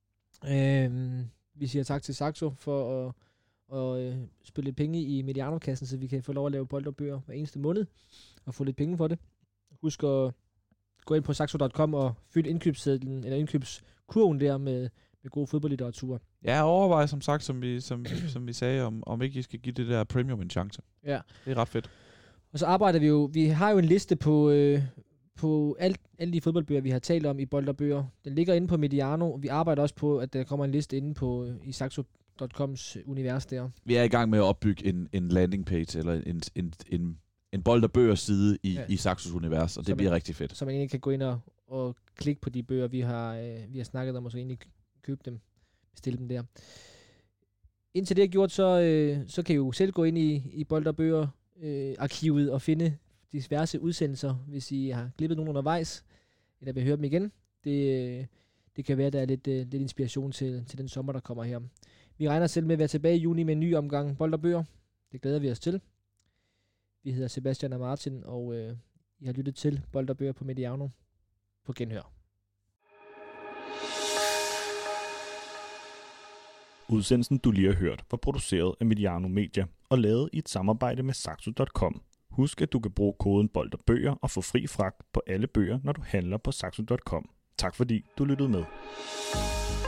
Vi siger tak til Saxo for at spille lidt penge i Mediano-kassen, så vi kan få lov at lave Bold og Bøger hver eneste måned og få lidt penge for det. Husk at gå ind på saxo.com og fylde indkøbssedlen eller indkøbskurven der med god fodboldlitteratur. Ja, overvej som sagt, som vi sagde, om ikke I skal give det der premium en chance. Ja. Det er ret fedt. Og så arbejder vi har jo en liste på alle de fodboldbøger, vi har talt om i Bold og Bøger. Den ligger inde på Mediano. Vi arbejder også på, at der kommer en liste inde i saxo.coms univers der. Vi er i gang med at opbygge en landing page, eller en Bold og Bøger side i Saxos univers, og det bliver rigtig fedt. Så man egentlig kan gå ind og klikke på de bøger, vi har snakket om, og så egentlig købe dem, bestille dem der. Indtil det er gjort, så kan I jo selv gå ind i Bold og Bøger arkivet og finde diverse udsendelser, hvis I har klippet nogen undervejs, eller vil høre dem igen. Det kan være, der er lidt inspiration til den sommer, der kommer her. Vi regner selv med at være tilbage i juni med en ny omgang Bold og Bøger. Det glæder vi os til. Vi hedder Sebastian og Martin, og I har lyttet til Bold og Bøger på Mediano. På genhør. Udsendelsen, du lige har hørt, var produceret af Mediano Media og lavet i et samarbejde med Saxo.com. Husk, at du kan bruge koden Bold og Bøger og få fri fragt på alle bøger, når du handler på Saxo.com. Tak fordi du lyttede med.